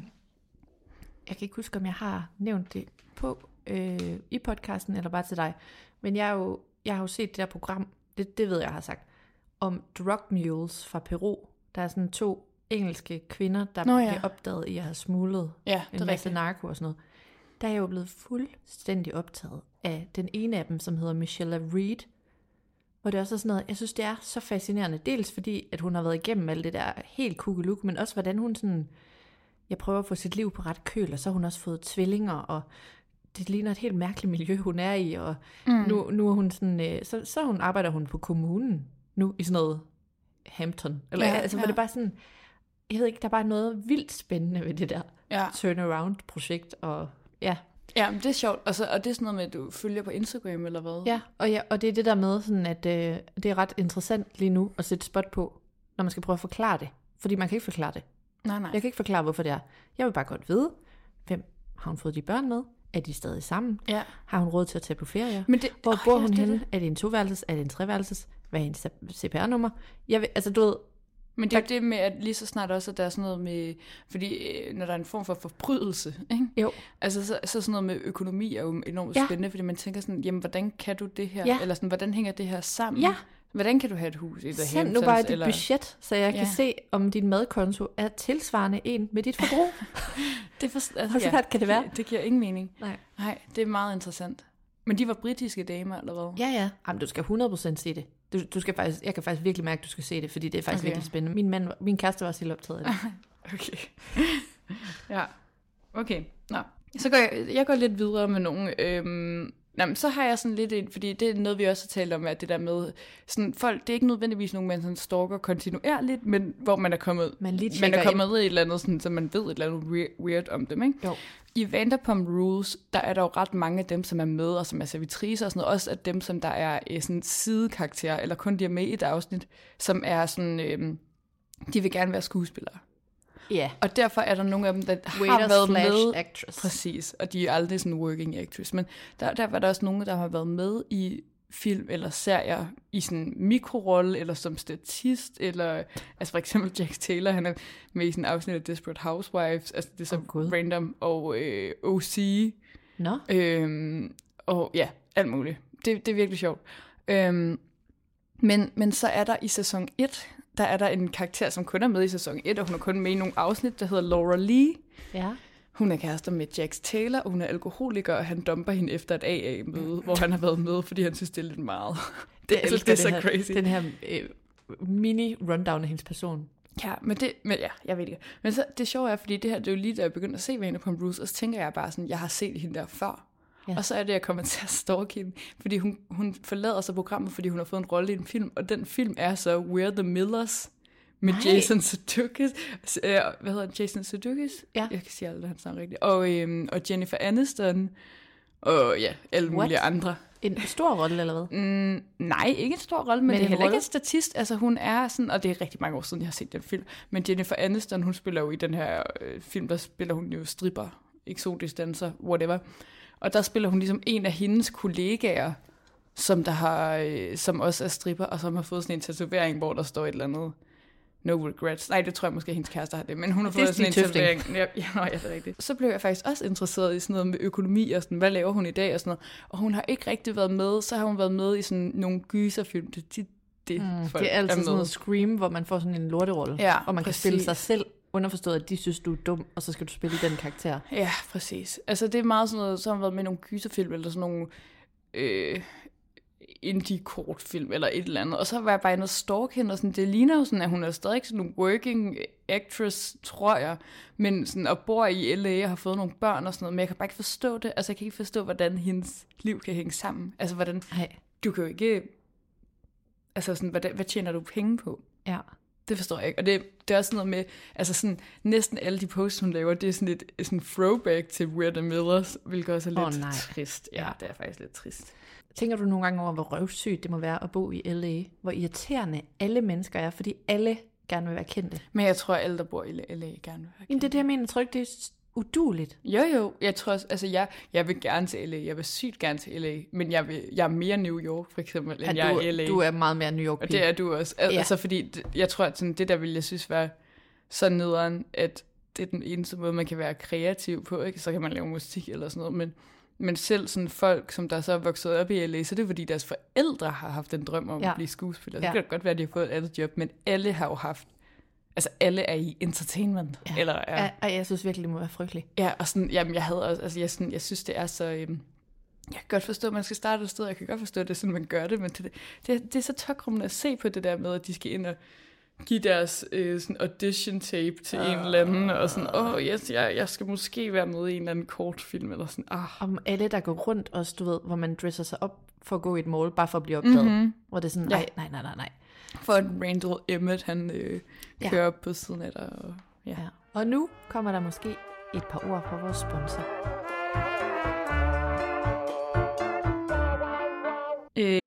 Jeg kan ikke huske, om jeg har nævnt det på øh, i podcasten, eller bare til dig. Men jeg, er jo, jeg har jo set det der program, det, det ved jeg, jeg har sagt, om drug mules fra Peru. Der er sådan to engelske kvinder, der Nå, ja. bliver opdaget i at have smuglet Ja, en det er masse rigtigt. narko og sådan noget. Der er jeg jo blevet fuldstændig optaget af den ene af dem, som hedder Michelle Reed. Hvor det også er sådan noget, jeg synes, det er så fascinerende. Dels fordi, at hun har været igennem alt det der helt kugeluk, men også hvordan hun sådan, jeg prøver at få sit liv på ret køl, og så har hun også fået tvillinger, og det ligner et helt mærkeligt miljø, hun er i, og mm. nu, nu er hun sådan, øh, så, så hun arbejder hun på kommunen, nu i sådan noget Hampton. Eller, Ja, ja, altså, ja. hvor det er bare sådan, jeg ved ikke, der er bare noget vildt spændende ved det der Ja. turnaround-projekt, og ja. Ja, men det er sjovt. Og, så, og det er sådan noget med, at du følger på Instagram eller hvad? Ja, og, ja, og det er det der med, sådan at øh, det er ret interessant lige nu at sætte spot på, når man skal prøve at forklare det. Fordi man kan ikke forklare det. Nej, nej. Jeg kan ikke forklare, hvorfor det er. Jeg vil bare godt vide, hvem har hun fået de børn med? Er de stadig sammen? Ja. Har hun råd til at tage på ferie? Men det, Hvor åh, bor ja, hun det er henne? det. Er det en toværelses? Er det en treværelses? Hvad er hendes C P R-nummer? Jeg vil, altså du ved, Men det er jo det med, at lige så snart også, at der er sådan noget med, fordi øh, når der er en form for forbrydelse, ikke? jo, Altså så, så sådan noget med økonomi er jo enormt Ja. spændende, fordi man tænker sådan, jamen hvordan kan du det her? Ja. Eller sådan, hvordan hænger det her sammen? Ja. Hvordan kan du have et hus i The send Hamptons? nu bare dit eller... budget, så jeg Ja. kan se, om din madkonto er tilsvarende en med dit forbrug. Det, for, altså, Hvor svært kan det være? Det, det giver ingen mening. Nej. Nej, det er meget interessant. Men de var britiske damer, eller hvad? Ja, ja. Jamen, du skal hundrede procent se det. Du, du skal faktisk, jeg kan faktisk virkelig mærke, at du skal se det, fordi det er faktisk Okay. virkelig spændende. Min, mand, min kæreste var også helt optaget af det. Okay. Ja, okay. Nå. Så går jeg, jeg går lidt videre med nogle. Øhm, nå, men så har jeg sådan lidt en, fordi det er noget, vi også har talt om, at det der med, sådan folk, det er ikke nødvendigvis nogen, man sådan stalker kontinuerligt, men hvor man er kommet, Man lige man er tjekker kommet i et eller andet, sådan, så man ved et eller andet weird, weird om dem, ikke? Jo. I Vanderpump Rules, der er der jo ret mange af dem, som er med, og som er servitricer og sådan noget, også af dem, som der er øh, sådan sidekarakterer, eller kun de er med i et afsnit, som er sådan, øh, de vil gerne være skuespillere. Ja. Og derfor er der nogle af dem, der har Waiter været slash med. actress. Præcis, og de er aldrig sådan working actress. Men der, der var der også nogle, der har været med i film eller serier i sådan en mikrorolle, eller som statist, eller altså for eksempel Jax Taylor, han er med i sådan en afsnit af Desperate Housewives, altså det er så Åh, Gud. random, og øh, O C, Nå, øhm, og ja, alt muligt. Det, det er virkelig sjovt. Øhm, men, men så er der i sæson et, der er der en karakter, som kun er med i sæson et, og hun er kun med i nogle afsnit, der hedder Laura Lee. ja. Hun er kærester med Jax Taylor, og hun er alkoholiker, og han dumper hende efter et A A-møde, hvor han har været med, fordi han synes, det er lidt meget. Det, Jeg det, elsker det er så her, crazy. Den her øh, mini-rundown af hendes person. Ja, men det, men ja, jeg ved ikke. Men så, det sjove er, fordi det her, det er jo lige, da jeg begyndte at se Vanderpump Rules, og så tænker jeg bare sådan, jeg har set hende der før. Ja. Ja. Og så er det, jeg kommer til at stalke hende, fordi hun, hun forlader sig programmet, fordi hun har fået en rolle i en film, og den film er så We're the Millers, med Nej. Jason Sudeikis. Øh, hvad hedder han? Jason Sudeikis? Ja. Jeg kan sige aldrig hans navn rigtigt. Og, øhm, og Jennifer Aniston, og ja, alle What? mulige andre. En stor rolle, eller hvad? Mm, nej, ikke en stor rolle, men, Men men det er en heller rolle? ikke en statist. Altså hun er sådan, og det er rigtig mange år siden, jeg har set den film, men Jennifer Aniston, hun spiller jo i den her øh, film, der spiller hun jo stripper, eksotisk danser, whatever. Og der spiller hun ligesom en af hendes kollegaer, som der har, øh, som også er stripper, og som har fået sådan en tatovering, hvor der står et eller andet no regrets. Nej, det tror jeg måske, hendes kæreste har det, men hun har det fået sådan en Stig Tøfting. tatovering. Ja, ja, nå, ja, det er rigtigt. Så blev jeg faktisk også interesseret i sådan noget med økonomi og sådan, hvad laver hun i dag og sådan noget. Og hun har ikke rigtig været med, så har hun været med i sådan nogle gyserfilm. Det, det, det, mm, det er altid er sådan noget Scream, hvor man får sådan en lorterolle, ja, og man præcis. kan spille sig selv, underforstået, at de synes, du er dum, og så skal du spille den karakter. Ja, præcis. Altså det er meget sådan noget, så har hun været med i nogle gyserfilm, eller sådan nogle øh, indie-kortfilm, eller et eller andet. Og så var jeg bare inde og stalk hende, og sådan, det ligner jo sådan, at hun er stadig sådan en working actress, tror jeg, men sådan, og bor i L A og har fået nogle børn og sådan noget, men jeg kan bare ikke forstå det. Altså jeg kan ikke forstå, hvordan hendes liv kan hænge sammen. Altså hvordan, Ej. du kan jo ikke, altså sådan, hvad, hvad tjener du penge på? Ja. Det forstår jeg ikke. Og det, det er også noget med, altså sådan, næsten alle de posts, hun laver, det er sådan et sådan throwback til We're the Millers, hvilket også er lidt oh, trist. Ja, det er faktisk lidt trist. Tænker du nogle gange over, hvor røvsygt det må være at bo i L A? Hvor irriterende alle mennesker er, fordi alle gerne vil være kendte. Men jeg tror, at alle, der bor i L A, gerne vil være kendte. Jamen, det er det, jeg mener. Jeg tror ikke, det er udueligt. Jo, jo. Jeg tror også, altså jeg, jeg vil gerne til L A. Jeg vil sygt gerne til L A. Men jeg, vil, jeg er mere New York, for eksempel, end ja, jeg du, er L A. Du er meget mere New York. Og det er du også. Al- ja. Altså, fordi jeg tror, at sådan, det der vil jeg synes være så nederen, at det er den eneste måde, man kan være kreativ på. Ikke? Så kan man lave musik eller sådan noget. Men, men selv sådan folk, som der så er vokset op i L A, så er det fordi deres forældre har haft en drøm om ja. at blive skuespiller. Så ja. kan det godt være, at de har fået et andet job, men alle har jo haft, altså alle er i entertainment. Ja, eller, ja. ja, jeg synes virkelig, det må være frygteligt. Ja, og sådan, jamen jeg havde også, altså jeg, sådan, jeg synes, det er så, øhm, jeg kan godt forstå, at man skal starte et sted, jeg kan godt forstå, at det er sådan, man gør det, men det, det, det er så tokrummende at se på det der med, at de skal ind og give deres øh, sådan audition tape til uh, en eller anden, og sådan, åh, oh, yes, jeg, jeg skal måske være med i en eller anden kortfilm, eller sådan, ah. Om alle, der går rundt også, du ved, hvor man dresser sig op for at gå i et mål, bare for at blive opdaget. Mm-hmm. Hvor det er sådan, nej, ja. nej, nej, nej, nej. For at Randall Emmett, han øh, kører ja. op på siden af dig. Og, ja. Ja. Og nu kommer der måske et par ord fra vores sponsor. Øh.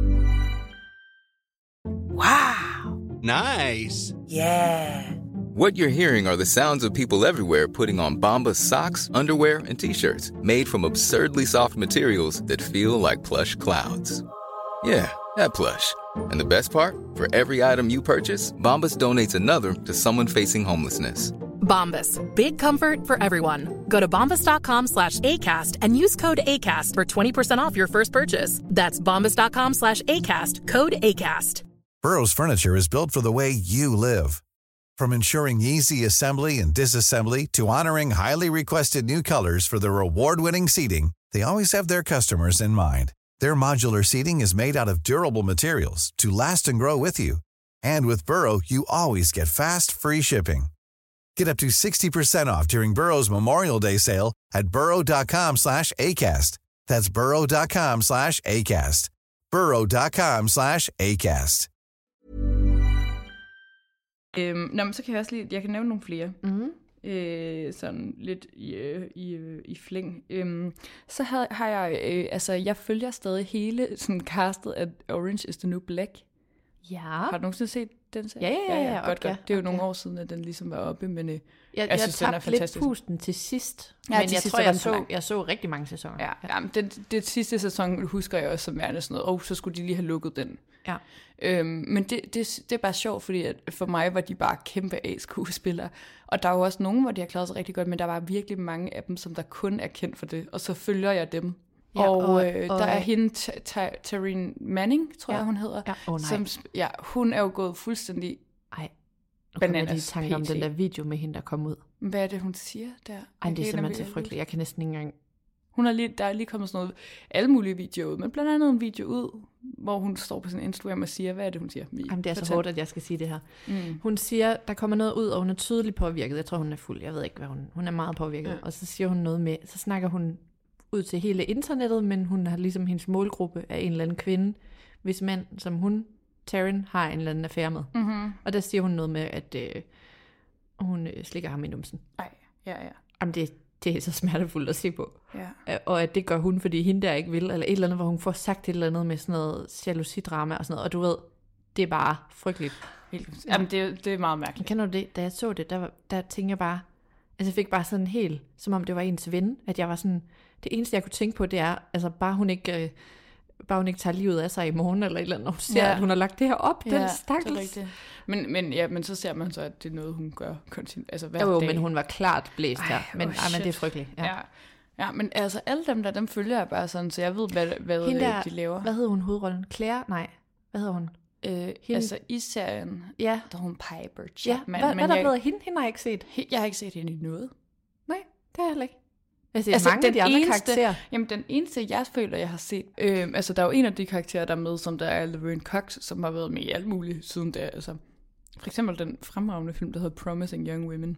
Wow! Nice! Yeah! What you're hearing are the sounds of people everywhere putting on Bombas socks, underwear, and T-shirts made from absurdly soft materials that feel like plush clouds. Yeah, that plush. And the best part? For every item you purchase, Bombas donates another to someone facing homelessness. Bombas. Big comfort for everyone. Go to bombas.com slash ACAST and use code ACAST for twenty percent off your first purchase. That's bombas.com slash ACAST. Code ACAST. Burrow's furniture is built for the way you live. From ensuring easy assembly and disassembly to honoring highly requested new colors for their award-winning seating, they always have their customers in mind. Their modular seating is made out of durable materials to last and grow with you. And with Burrow, you always get fast, free shipping. Get up to sixty percent off during Burrow's Memorial Day sale at burrow.com slash ACAST. That's burrow.com slash ACAST. burrow.com slash ACAST. Øhm, nå, men så kan jeg også lige, jeg kan nævne nogle flere. Mm-hmm. Øh, sådan lidt i, øh, i, øh, i flæng. Øhm, så har, har jeg, øh, altså jeg følger stadig hele sådan castet af Orange is the New Black. Ja. Har du nogensinde set den serie? Ja, ja, ja. ja godt, okay, godt. Det er jo okay. nogle år siden, at den ligesom var oppe, men øh, jeg, jeg, jeg synes, den er fantastisk. lidt pusten til sidst, ja, men til jeg sidst tror, jeg så, så, jeg så rigtig mange sæsoner. Ja, ja. Jamen, den, det sidste sæson husker jeg også som værende sådan noget, og oh, så skulle de lige have lukket den. Ja. Øhm, men det, det, det er bare sjovt, fordi at for mig var de bare kæmpe A-skuespillere. Og der er jo også nogen, hvor de har klaret sig rigtig godt, men der var virkelig mange af dem, som der kun er kendt for det. Og så følger jeg dem. Ja, og, og, øh, og der er hende, Taryn Manning, tror ja, jeg, hun hedder. Ja, oh, som, ja, hun er jo gået fuldstændig Ej, nu bananas. Jeg lige tanke om den der video med hende, der kom ud. Hvad er det, hun siger der? Ej, det er simpelthen så frygteligt. Jeg kan næsten ikke engang... Hun er lige, der er lige kommet sådan noget, alle mulige videoer ud, men blandt andet en video ud, hvor hun står på sin Instagram og siger, hvad er det, hun siger? Vi Jamen, det er fortæl. så hårdt, at jeg skal sige det her. Mm. Hun siger, der kommer noget ud, og hun er tydeligt påvirket. Jeg tror, hun er fuld. Jeg ved ikke, hvad hun... Hun er meget påvirket. Ja. Og så siger hun noget med... Så snakker hun ud til hele internettet, men hun har ligesom hendes målgruppe af en eller anden kvinde, hvis mand, som hun, Taryn, har en eller anden affære med. Mm-hmm. Og der siger hun noget med, at øh, hun øh, slikker ham i numsen. Ej, ja, ja. Jamen, det, det er så smertefuldt at se på. Ja. Og at det gør hun, fordi hende der ikke vil, eller et eller andet, hvor hun får sagt et eller andet med sådan noget jalousidrama og sådan noget, og du ved, det er bare frygteligt. Helt, ja. Jamen, det, det er meget mærkeligt. Kender du det? Da jeg så det, der, der tænkte jeg bare, altså jeg fik bare sådan helt, som om det var ens ven, at jeg var sådan, det eneste jeg kunne tænke på, det er, altså bare hun ikke øh, bare hun ikke tager livet af sig i morgen, eller et eller andet, når hun ser, ja. at hun har lagt det her op, ja, den stakkels. Men, men, ja, men så ser man så, at det er noget, hun gør kontinu- altså hver jo, dag. men hun var klart blæst her. Men, oh, ej, men det er frygteligt. Ja. Ja. ja, men altså alle dem der, dem følger jeg bare sådan, så jeg ved, hvad, hvad der, de laver. Hvad hedder hun hovedrollen? Claire? Nej, hvad hedder hun? Øh, altså i serien, ja. der er hun Piper Chapman. Ja, hvad, hvad der er blevet af hende? Hende har jeg ikke set. Jeg har ikke set hende i noget. Nej, det har jeg heller ikke. Jeg har set altså, mange af de andre eneste, karakterer. Jamen den eneste, jeg føler, jeg har set, øh, altså der er jo en af de karakterer, der er med, som der er Laverne Cox, som har været med i alt muligt siden da. Altså, for eksempel den fremragende film, der hedder Promising Young Women.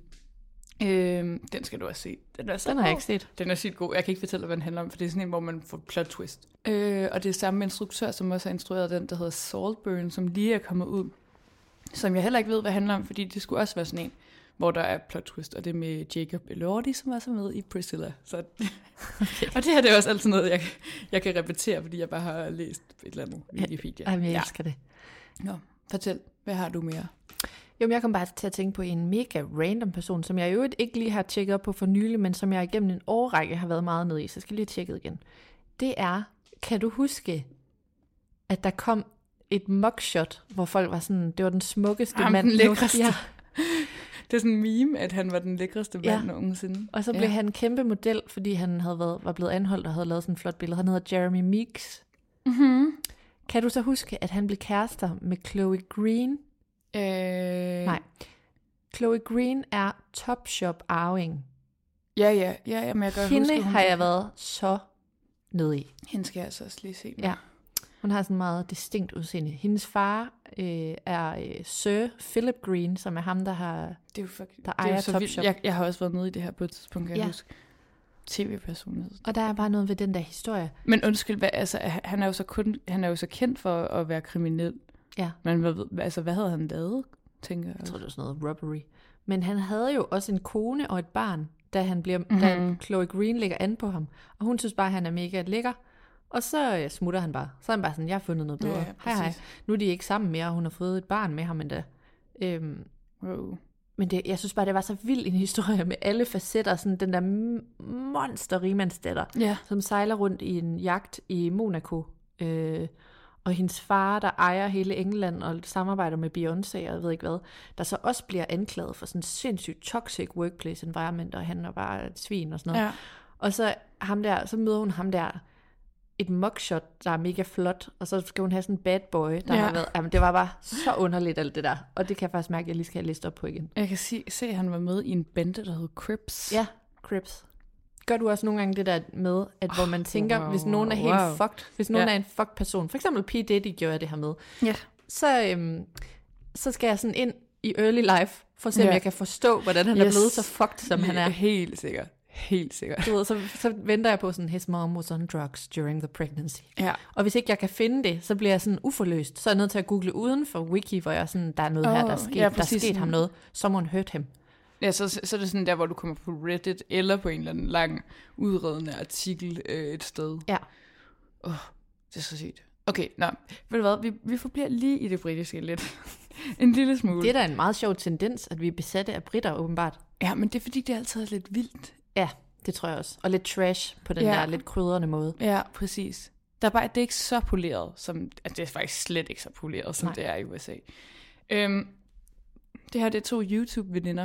Øh, den skal du have set. Den, er så den har jeg ikke set. Den er sygt god. Jeg kan ikke fortælle, hvad den handler om, for det er sådan en, hvor man får plot twist. Øh, og det er samme instruktør, som også har instrueret den, der hedder Saltburn, som lige er kommet ud. Som jeg heller ikke ved, hvad handler om, fordi det skulle også være sådan en, hvor der er plot twist, og det er med Jacob Elordi, som også er med i Priscilla. Så okay. Og det her det er også altid noget, jeg, jeg kan repetere, fordi jeg bare har læst et eller andet Wikipedia. Ej, jeg elsker ja. det. Nå, fortæl, hvad har du mere? Jo, men jeg kom bare til at tænke på en mega random person, som jeg jo ikke lige har tjekket op på for nylig, men som jeg igennem en årrække har været meget nede i, så jeg skal lige tjekke igen. Det er, kan du huske, at der kom et mugshot, hvor folk var sådan, det var den smukkeste Ham, mand. Den lækreste. Ja. Det er sådan en meme, at han var den lækreste mand ja. nogensinde. Og så blev ja. han en kæmpe model, fordi han havde været, var blevet anholdt og havde lavet sådan et flot billede. Han hedder Jeremy Meeks. Mm-hmm. Kan du så huske, at han blev kærester med Chloe Green? Øh... Nej. Chloe Green er Topshop-arving. Ja, ja, ja, ja, men jeg kan Hende huske, har jeg været så nede i. Hende skal jeg altså også lige se. Ja. Hun har sådan en meget distinkt udseende. Hendes far øh, er øh, Sir Philip Green, som er ham, der har det er jo fuck, der ejer det er Topshop. Jeg, jeg har også været nede i det her på et tidspunkt, kan ja. jeg huske. tv-personlighed. Og der er bare noget ved den der historie. Men undskyld, hvad, altså, han er jo så kun, han er jo så kendt for at være kriminel. Ja. Men hvad, altså, hvad havde han lavet, tænker jeg? Jeg tror, det var sådan noget robbery. Men han havde jo også en kone og et barn, da, han bliver, mm-hmm. da Chloe Green lægger an på ham. Og hun synes bare, at han er mega lækker. Og så ja, smutter han bare. Så er han bare sådan, jeg har fundet noget bedre. Ja, ja, hej, hej. Nu er de ikke sammen mere, og hun har fået et barn med ham endda. Øhm, wow. Men det, jeg synes bare, det var så vild en historie med alle facetter. Sådan den der monster rimandsdatter, ja. som sejler rundt i en jagt i Monaco. Øh, og hendes far, der ejer hele England og samarbejder med Beyoncé og jeg ved ikke hvad, der så også bliver anklaget for sådan sindssygt toxic workplace environment, og han er bare et svin og sådan noget. Ja. Og så, ham der, så møder hun ham der, et mugshot, der er mega flot, og så skal hun have sådan en bad boy, der ja. har været, jamen det var bare så underligt alt det der, og det kan jeg faktisk mærke, at jeg lige skal have læst op på igen. Jeg kan se, se at han var med i en bande, der hed Crips. Ja, Crips. Gør du også nogle gange det der med, at hvor man tænker, wow, hvis nogen er helt wow. fucked, hvis nogen ja. er en fucked person, for eksempel P. Diddy gjorde jeg det her med, ja. så, øhm, så skal jeg sådan ind i early life, for at se, ja. om jeg kan forstå, hvordan han yes. er blevet så fucked, som han er. Helt sikkert. Helt sikkert. Du ved, så, så venter jeg på sådan, his mom was on drugs during the pregnancy. Ja. Og hvis ikke jeg kan finde det, så bliver jeg sådan uforløst. Så er jeg nødt til at google uden for wiki, hvor jeg sådan, der er noget oh, her, der er sket, ja, der er sket ham noget. Someone hurt him. Ja, så, så er det sådan der, hvor du kommer på Reddit, eller på en eller anden lang, udredende artikel øh, et sted. Ja. Åh, oh, det er så sygt. Okay, nå, ved du hvad, vi, vi forbliver lige i det britiske lidt. En lille smule. Det er da en meget sjov tendens, at vi er besatte af britter, åbenbart. Ja, men det er fordi, det er altid lidt vildt. Ja, det tror jeg også. Og lidt trash på den ja. der lidt krydrende måde. Ja, præcis. Der er bare, det er ikke så poleret, som, altså det er faktisk slet ikke så poleret, som Nej. det er i U S A. Øhm, det her, det er to YouTube-veninder.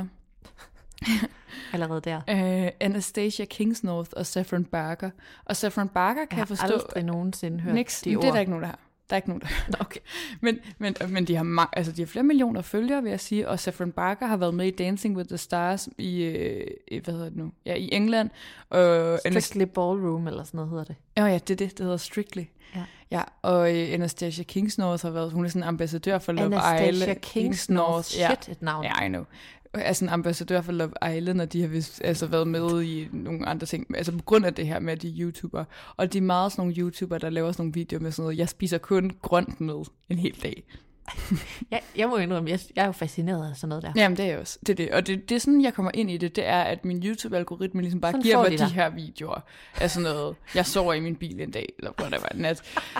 Allerede der. Uh, Anastasia Kingsnorth og Saffron Barker. Og Saffron Barker kan jeg, jeg forstå... Jeg har aldrig nogensinde hørt Nix, de ord. Det er der ikke nogen, der har. Der er ikke nogen, der okay. men, men, men de har, altså, de har flere millioner følgere, vil jeg sige, og Saffron Barker har været med i Dancing with the Stars i, øh, hvad hedder det nu? Ja, i England. Og Strictly Anast- Ballroom, eller sådan noget hedder det. Ja, oh, ja, det er det, det hedder Strictly. Ja. Ja, og øh, Anastasia Kingsnorth har været, hun er sådan en ambassadør for Love Anastasia Island. Anastasia Kingsnorth, shit, ja. et navn. Ja, I know. Altså en ambassadør for Love Island, og de har vist, altså været med i nogle andre ting, altså på grund af det her med, at de er YouTuber. Og de er meget sådan nogle YouTuber, der laver sådan nogle videoer med sådan noget, jeg spiser kun grønt med en hel dag. jeg, jeg må indrømme, jeg, jeg er jo fascineret af sådan noget der. Jamen det er jeg også, det er det. Og det, det er sådan, jeg kommer ind i det, det er, at min YouTube-algoritme ligesom bare sådan giver mig de, de her videoer af sådan noget, jeg sover i min bil en dag, eller whatever, nat.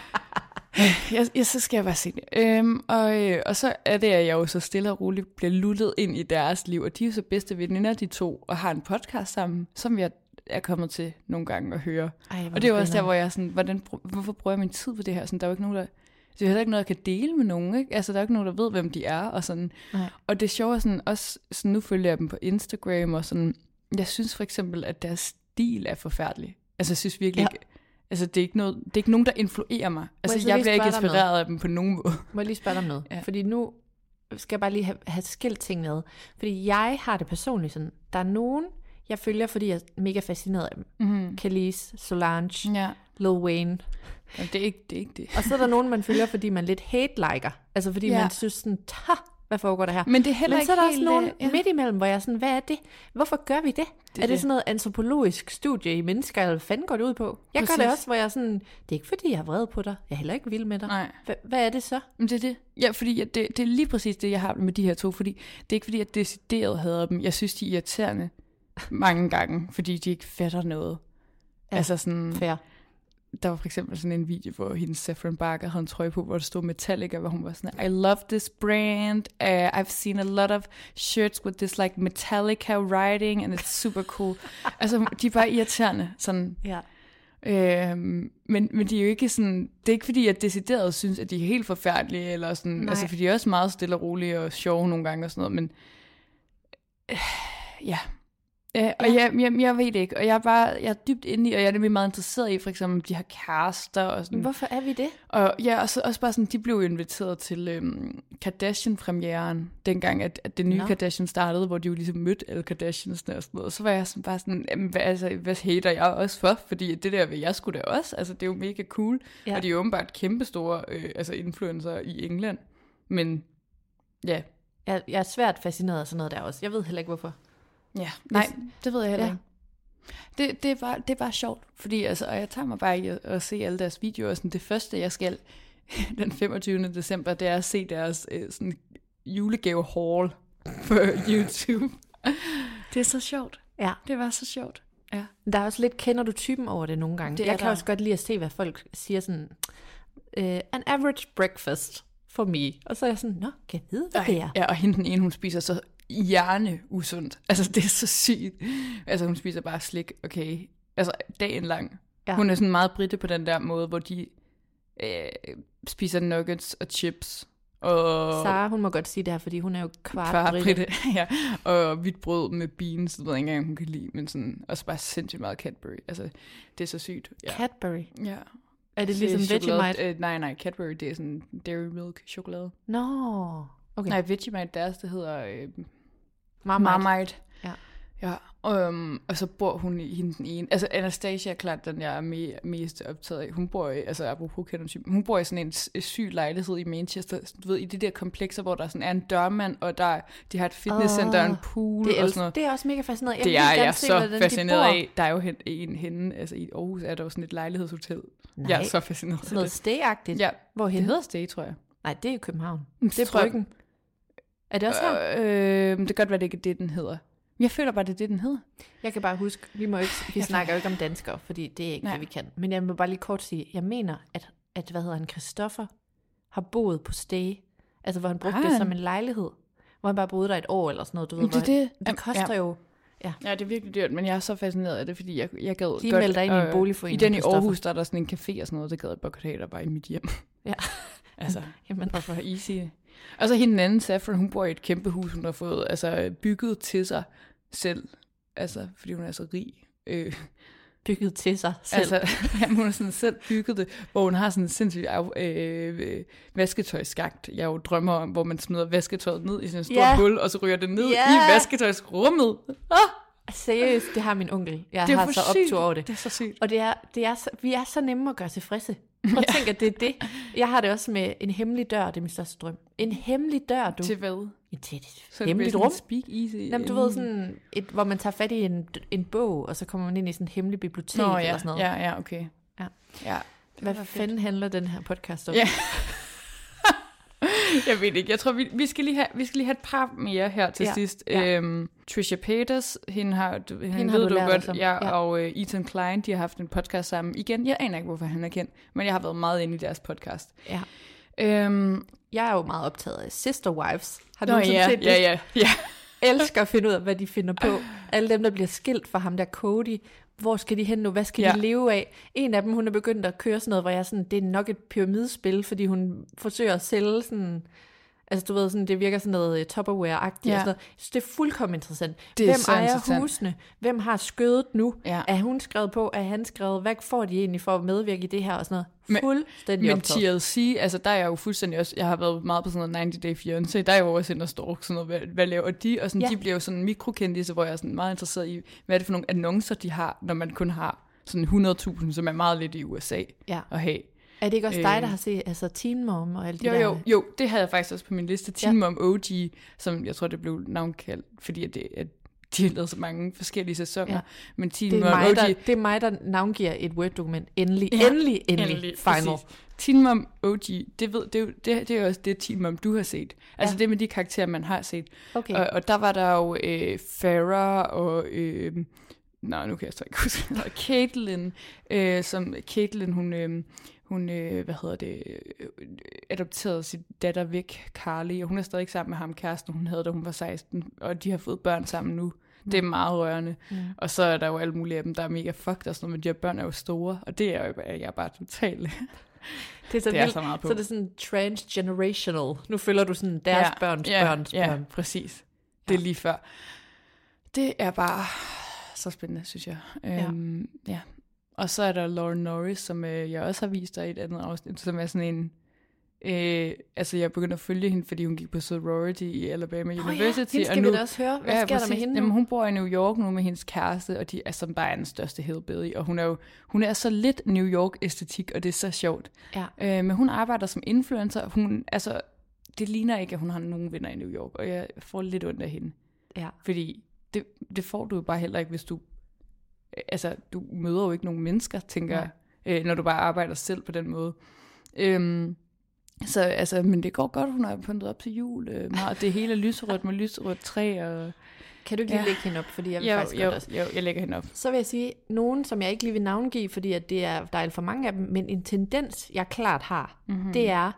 Jeg, jeg, så skal jeg bare se det. Øhm, og, øh, og så er det, at jeg jo så stille og roligt bliver luttet ind i deres liv, og de er jo så bedste veninder, de to, og har en podcast sammen, som jeg er kommet til nogle gange at høre. Ej, og det er jo også der, hvor jeg er sådan, hvordan, hvorfor bruger jeg min tid på det her? Sådan, der er jo ikke nogen, der... Det er heller ikke noget, jeg kan dele med nogen, ikke? Altså, der er jo ikke nogen, der ved, hvem de er, og sådan. Nej. Og det sjove er sådan, også, sådan, nu følger jeg dem på Instagram, og sådan, jeg synes for eksempel, at deres stil er forfærdelig. Altså, jeg synes virkelig ja. ikke, altså, det er ikke noget, det er ikke nogen, der influerer mig. Altså, jeg, jeg bliver ikke inspireret af dem på nogen måde. Må jeg lige spørge dig om noget? Ja. Fordi nu skal jeg bare lige have, have skilt ting med. Fordi jeg har det personligt sådan, der er nogen, jeg følger, fordi jeg er mega fascineret af dem. Mm-hmm. Khalees, Solange, ja. Lil Wayne. Jamen, det er ikke det. Er ikke det. Og så er der nogen, man følger, fordi man lidt hate-liker. Altså fordi ja. man synes sådan, ta, hvad foregår der her? Men det er heller Men ikke så er der helt, også nogen ja. midt imellem, hvor jeg er sådan, hvad er det? Hvorfor gør vi det? det er det, det sådan noget antropologisk studie i mennesker, eller hvad fanden går det ud på? Jeg Præcis. gør det også, hvor jeg er sådan, det er ikke fordi, jeg er vred på dig. Jeg er heller ikke vild med dig. Nej. H- hvad er det så? Men det er det. Ja, fordi det, det er lige præcis det, jeg har med de her to. Fordi det er ikke fordi, jeg decideret hader dem. Jeg synes, de er irriterende mange gange, fordi de ikke fatter noget. Ja, altså sådan... fair. Der var for eksempel sådan en video, hvor hendes Saffron Barker havde en trøje på, hvor der stod Metallica, hvor hun var sådan, I love this brand, uh, I've seen a lot of shirts with this like Metallica writing, and it's super cool. Altså, de er bare irriterende, sådan. Ja. Øhm, men, men de er jo ikke sådan, det er ikke fordi, jeg decideret synes, at de er helt forfærdelige, eller sådan, Nej. altså, for de er også meget stille og rolige og sjove nogle gange og sådan noget, men øh, ja, Ja, og ja. jeg, jeg, jeg ved det ikke, og jeg er bare jeg er dybt inde i, og jeg er nemlig meget interesseret i, for eksempel, de har kærester og sådan. Hvorfor er vi det? Og ja, og så også bare sådan, de blev jo inviteret til øhm, Kardashian-premieren, dengang, at, at det nye no. Kardashian startede, hvor de jo ligesom mødte alle Kardashians og sådan noget. Og så var jeg sådan bare sådan, jamen, hvad, altså, hvad hater jeg også for? Fordi det der vil jeg skulle da også, altså det er jo mega cool, ja. Og de er jo åbenbart kæmpestore øh, altså influencer i England, men ja. Jeg, jeg er svært fascineret af sådan noget der også, jeg ved heller ikke hvorfor. Ja, nej, det ved jeg heller ja. ikke. Det, det, er bare, det er bare sjovt, fordi altså, og jeg tager mig bare i at, at se alle deres videoer. Sådan, det første, jeg skal den femogtyvende december, det er at se deres øh, sådan, julegave-haul på YouTube. Det er så sjovt. Ja. Det var så sjovt. Ja. Der er også lidt, kender du typen over det nogle gange? Det jeg kan der. også godt lide at se, hvad folk siger sådan, uh, an average breakfast for me. Og så er jeg sådan, nå, kan jeg vide, hvad Ej, det er? Ja, og hende den ene, hun spiser så hjerneusundt. Altså, det er så sygt. Altså, hun spiser bare slik, okay. Altså, dagen lang. Ja. Hun er sådan meget britte på den der måde, hvor de øh, spiser nuggets og chips. Og Sara, hun må godt sige det her, fordi hun er jo kvart, kvart britte. britte. Ja, og hvidt brød med beans, det ved jeg ikke engang, hun kan lide, men sådan, også bare sindssygt meget Cadbury. Altså, det er så sygt. Ja. Cadbury? Ja. Er det ligesom Vegemite? Øh, nej, nej, Cadbury, det er sådan Dairy Milk chokolade. Nå, no. Okay. Nej, Vegemite, deres, det hedder øh, Marmite. Marmite. Ja. Ja, um, og så bor hun i hende den ene. Altså Anastasia er klart den, jeg er me- mest optaget af. Hun bor i, altså apropos kender hun bor i sådan en syg lejlighed i Manchester, du ved, i de der komplekser, hvor der sådan er en dørmand, og der, de har et fitnesscenter, oh, en pool det er, og sådan noget. Det er også mega fascinerende. Det er jeg se, så fascineret af. Der er jo hen, en hende, altså i Aarhus er der jo sådan et lejlighedshotel. Nej. Jeg er så fascineret af det. Noget stay-agtigt? Ja, hvorhen? Det hedder Stay, tror jeg. Nej, det er i København. Det er Bryggen. Er det også her? Øh, øh, det kan godt være, det ikke er det, den hedder. Jeg føler bare, det er det, den hedder. Jeg kan bare huske, vi, må ikke, vi snakker jo ikke om danskere, fordi det er ikke Nej. det, vi kan. Men jeg må bare lige kort sige, jeg mener, at, at hvad hedder han, Christoffer har boet på Stay. Altså, hvor han brugte ah. det som en lejlighed. Hvor han bare boede der et år eller sådan noget. Du ved, det, det, det koster ja. jo... Ja. ja, det er virkelig dyrt, men jeg er så fascineret af det, fordi jeg, jeg gad De godt... melder ind i en boligforening. I den i Aarhus, der er der sådan en café og sådan noget, det gad jeg bare godt have der bare i mit hjem. Ja. altså, Jamen. for for easy. Og så hende den anden, Saffron, hun bor i et kæmpe hus, hun har fået altså, bygget til sig selv. Altså, fordi hun er så rig. Øh. Bygget til sig selv? Altså, jamen, hun har sådan selv bygget det, hvor hun har sådan en sindssygt øh, vasketøjsskagt, jeg jo drømmer om, hvor man smider vasketøjet ned i sådan en stor yeah. hul, og så ryger det ned yeah. i vasketøjsrummet. Ah! Seriøst, det har min onkel. Jeg det har så optur over det. Det er så sygt. Og det er, det er så, vi er så nemme at gøre tilfredse. Prøv at tænke, at det er det. Jeg har det også med en hemmelig dør, det er min største drøm. En hemmelig dør, du. Til hvad? Til et hemmeligt rum. Speak easy. Jamen, du ved sådan, et, hvor man tager fat i en, en bog, og så kommer man ind i sådan en hemmelig bibliotek. Nå, ja. Eller sådan noget. Ja, ja, okay. Ja. Ja, hvad fanden handler den her podcast om? Ja. Jeg ved ikke, jeg tror, vi, vi, skal lige have, vi skal lige have et par mere her til ja. sidst. Ja. Øhm, Trisha Paytas, hende har, du, hende hende ved du, du godt, ja, ja. og uh, Ethan Klein, de har haft en podcast sammen. Igen, jeg aner ikke, hvorfor han er kendt, men jeg har været meget inde i deres podcast. Ja. Øhm, jeg er jo meget optaget af Sister Wives. Har du Nå, nogensinde ja, set det? Ja, ja, ja. elsker at finde ud af, hvad de finder på. Alle dem, der bliver skilt fra ham der Cody. Hvor skal de hen nu? Hvad skal ja. de leve af? En af dem, hun er begyndt at køre sådan noget, hvor jeg sådan, det er nok et pyramidespil, fordi hun forsøger at sælge sådan... Altså du ved, sådan, det virker sådan noget Tupperware-agtigt. Ja. Og sådan noget. Så det er fuldkommen interessant. Det er Hvem ejer interessant. husene? Hvem har skødet nu? Ja. Er hun skrevet på? Er han skrevet? Hvad får de egentlig for at medvirke i det her? Og sådan noget. Fuldstændig Men, men T L C, altså der er jeg jo fuldstændig også... Jeg har været meget på sådan noget halvtreds Day Fiancé. Der er jo også ind og stalk sådan noget. Hvad, hvad laver de? Og sådan, ja. de bliver jo sådan mikrokendise, hvor jeg er sådan meget interesseret i, hvad er det for nogle annoncer, de har, når man kun har sådan hundrede tusind, som er meget lidt i U S A ja. at have. Er det ikke også dig, der har set altså Teen Mom og alt det jo, der? Jo, jo, det havde jeg faktisk også på min liste. Teen ja. Mom O G, som jeg tror, det blev navnkaldt, fordi at det, at de har lavet så mange forskellige sæsoner. Ja. Men Teen det, er Mom mig, O G... Der, det er mig, der navngiver et Word-dokument. Endelig, ja. endelig, endelig, endelig, final. Præcis. Teen Mom O G, det, ved, det, det, det er også det Teen Mom, du har set. Altså ja. det med de karakterer, man har set. Okay. Og, og der var der jo øh, Farrah og... Øh, nej, nu kan jeg så ikke huske. Caitlyn, øh, som Caitlyn, hun... Øh, Hun, øh, hvad hedder det, øh, adopterede sin datter væk, Carly, og hun er stadig ikke sammen med ham, kæresten, hun havde, da hun var seksten, og de har fået børn sammen nu. Mm. Det er meget rørende. Mm. Og så er der jo alle mulige af dem, der er mega fucked og sådan noget, men de her børn er jo store, og det er jo jeg er bare totalt... Det er så, det er så meget på. Så det er sådan transgenerational. Nu følger du sådan deres ja, børns ja, børns ja, børn. Præcis. Det er lige før. Det er bare så spændende, synes jeg. Ja. Øhm, ja. Og så er der Lauren Norris, som øh, jeg også har vist dig i et andet afsnit, som er sådan en... Øh, altså, jeg begyndte at følge hende, fordi hun gik på sorority i Alabama oh, University. Ja, hende skal og nu, vi da også høre. Hvad ja, sker præcis, der med hende nu? Jamen, hun bor i New York nu med hendes kæreste, og de er som bare er den største hillbilly. Og hun er jo hun er så lidt New York-æstetik, og det er så sjovt. Ja. Øh, men hun arbejder som influencer. Hun, altså, det ligner ikke, at hun har nogen venner i New York, og jeg får lidt ondt af hende. Ja. Fordi det, det får du jo bare heller ikke, hvis du... Altså, du møder jo ikke nogen mennesker, tænker jeg, øh, når du bare arbejder selv på den måde. Øhm, så altså, men det går godt, hun har pyntet op til jul. Øh, meget, det hele er lyserødt med lyserødt træ. Og, kan du ikke lige ja. lægge hende op, fordi jeg vil jo, faktisk jo, godt også. Jo, jeg lægger hende op. Så vil jeg sige, nogen, som jeg ikke lige vil navngive, fordi at det er, der er for mange af dem, men en tendens, jeg klart har, mm-hmm. det er,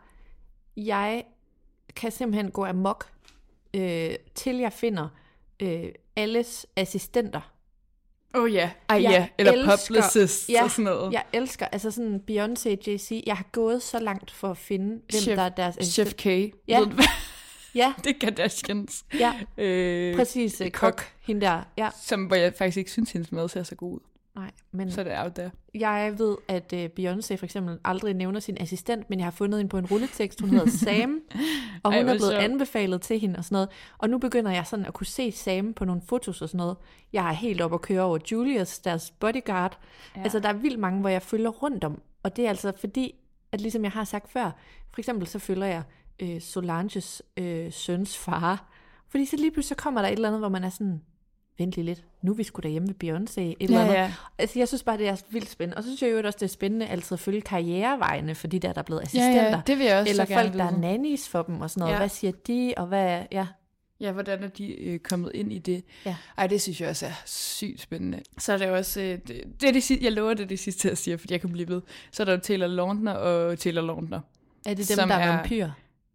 jeg kan simpelthen gå amok, øh, til jeg finder øh, alles assistenter. Åh oh, ja, yeah. ja, eller publicists ja, og sådan noget. Jeg elsker, altså sådan Beyoncé, Jay-Z, jeg har gået så langt for at finde, hvem Chef, der er deres assistent. Chef K, ja. ved du hvad? Ja. Det er Kardashians. Ja, øh, præcis, kok, kok, hende der. Ja. Som, hvor jeg faktisk ikke synes, hendes mad ser så god ud. Nej, men så er det out there. Jeg ved, at uh, Beyoncé for eksempel aldrig nævner sin assistent, men jeg har fundet hende på en rulletekst, hun hedder Sam, og hun Ej, er blevet sjov. anbefalet til hende og sådan noget. Og nu begynder jeg sådan at kunne se Sam på nogle fotos og sådan noget. Jeg er helt op at køre over Julius, deres bodyguard. Ja. Altså, der er vildt mange, hvor jeg følger rundt om, og det er altså fordi, at ligesom jeg har sagt før, for eksempel så følger jeg øh, Solanges øh, søns far, fordi så lige pludselig så kommer der et eller andet, hvor man er sådan... vent lige lidt, nu er vi sgu derhjemme ved Beyoncé, et eller andet. Ja, ja. Altså, jeg synes bare, det er vildt spændende. Og så synes jeg jo også, det er spændende altid at følge karrierevejene for de der, der er blevet assistenter. Ja, ja, det vil jeg også eller så folk, der er nannies for dem og sådan noget. Ja. Hvad siger de, og hvad, ja. Ja, hvordan er de øh, kommet ind i det? Ja. Ej, det synes jeg også er sygt spændende. Så er det jo også, øh, det, det er det sidste, jeg lover det, det sidste, jeg siger, fordi jeg kan blive ved. Så er der jo Taylor Lautner og Taylor Lautner. Er det dem, der er vampyr?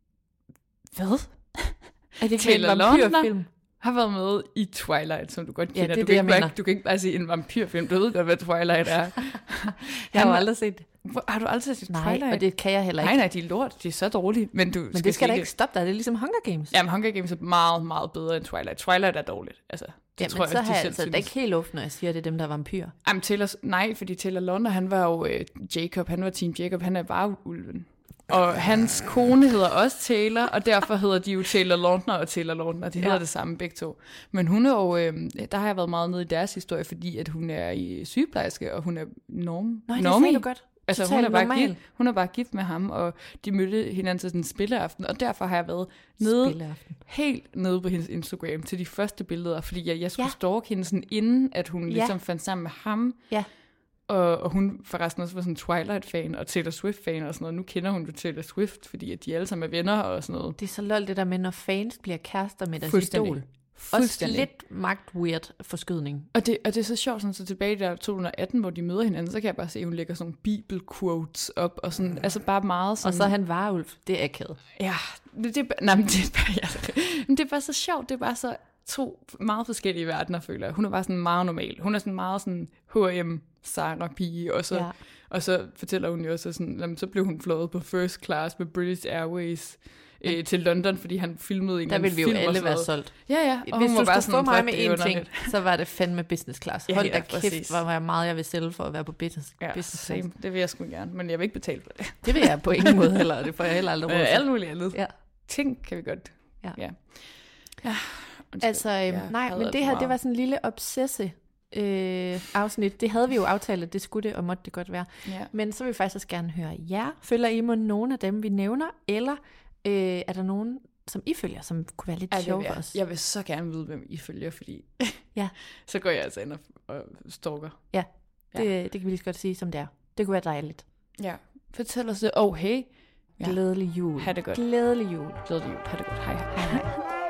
Hvad? Er det ikke en vampyrfilm? Har været med i Twilight, som du godt kender. Ja, det er du, det, kan jeg ikke bare, du kan ikke bare sige en vampyrfilm. Du ved godt, hvad Twilight er. Jeg har jo aldrig set det. Har du aldrig set nej, Twilight? Nej, og det kan jeg heller ikke. Nej, nej, de er lort. De er så dårlige. Men, du men skal det skal da ikke stoppe dig. Det er ligesom Hunger Games. Jamen, Hunger Games er meget, meget bedre end Twilight. Twilight er dårligt. Altså, det jamen, tror så jeg, har jeg altså, det er ikke helt luft, når jeg siger, at det er dem, der er vampyrer. Jamen, Taylor, nej, fordi Taylor Lautner, han var jo øh, Jacob. Han var Team Jacob. Han er bare ulven. Og hans kone hedder også Taylor, og derfor hedder de jo Taylor Lautner og Taylor Lautner. De hedder ja. det samme begge to. Men hun er jo, øh, der har jeg været meget nede i deres historie, fordi at hun er i sygeplejerske, og hun er norm. Nej, det sagde du godt. Altså, hun er, bare gift, hun er bare gift med ham, og de mødte hinanden til sådan en spilleaften, og derfor har jeg været nede, helt nede på hendes Instagram til de første billeder, fordi jeg, jeg skulle ja. stalke hende sådan, inden at hun ja. ligesom fandt sammen med ham. Ja. Og, og hun forresten også var sådan en Twilight-fan og Taylor Swift-fan og sådan noget. Nu kender hun jo Taylor Swift, fordi at de alle sammen er venner og sådan noget. Det er så lol det der med, når fans bliver kærester med deres idol. Også lidt magt-weird forskydning. Og det, og det er så sjovt, sådan, så tilbage i der to tusind atten, hvor de møder hinanden, så kan jeg bare se, at hun lægger sådan nogle bibelquotes op, og sådan, altså bare meget sådan... Og så er han varulv, det er akavet. Ja, det, det, nej, men det, er bare, ja, men det er bare så sjovt, det er bare så to meget forskellige verdener, føler jeg. Hun er bare sådan meget normal. Hun er sådan meget sådan H og M Sarah-pige, og så, ja. og så fortæller hun jo også sådan, jamen, så blev hun flået på first class med British Airways øh, til London, fordi han filmede en der ville vi jo alle være solgt. Ja, ja. Og hvis du skulle få mig med én ting, så var det fandme business class. Hold ja, ja, da kæft, hvor var meget jeg vil sælge for at være på business, ja, business class. Same. Det vil jeg sgu gerne, men jeg vil ikke betale for det. Det vil jeg på ingen måde heller, det får jeg heller aldrig råd til. Alt muligt andet. Ja. Ting kan vi godt. Ja. ja. ja. Altså, øhm, nej, men det her, det var sådan en lille obsesse øh, afsnit. Det havde vi jo aftalt, at det skulle det, og måtte det godt være. Ja. Men så vil vi faktisk også gerne høre jer. Følger I med nogen af dem, vi nævner? Eller øh, er der nogen, som I følger, som kunne være lidt sjov for os? Jeg vil så gerne vide, hvem I følger, fordi ja. så går jeg altså ind og, og stalker. Ja, det, ja. det kan vi lige så godt sige, som det er. Det kunne være dejligt. Ja, fortæl os det. Oh, hey. Ja. Glædelig jul. Ha' det godt. Glædelig jul. Glædelig jul. Ha' det godt. Hej. Hej, hej.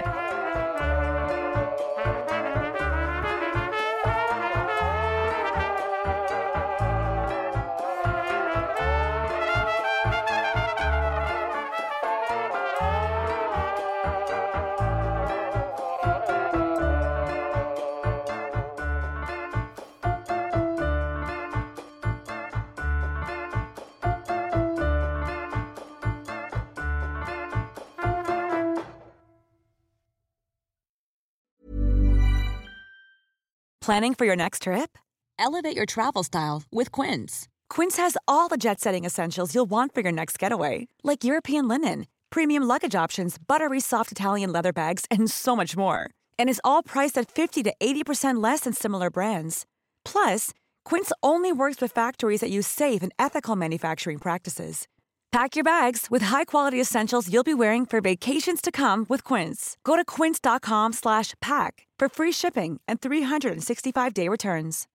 Planning for your next trip? Elevate your travel style with Quince. Quince has all the jet-setting essentials you'll want for your next getaway, like European linen, premium luggage options, buttery soft Italian leather bags, and so much more. And is all priced at fifty to eighty percent less than similar brands. Plus, Quince only works with factories that use safe and ethical manufacturing practices. Pack your bags with high-quality essentials you'll be wearing for vacations to come with Quince. Go to quince.com slash pack for free shipping and three sixty-five day returns.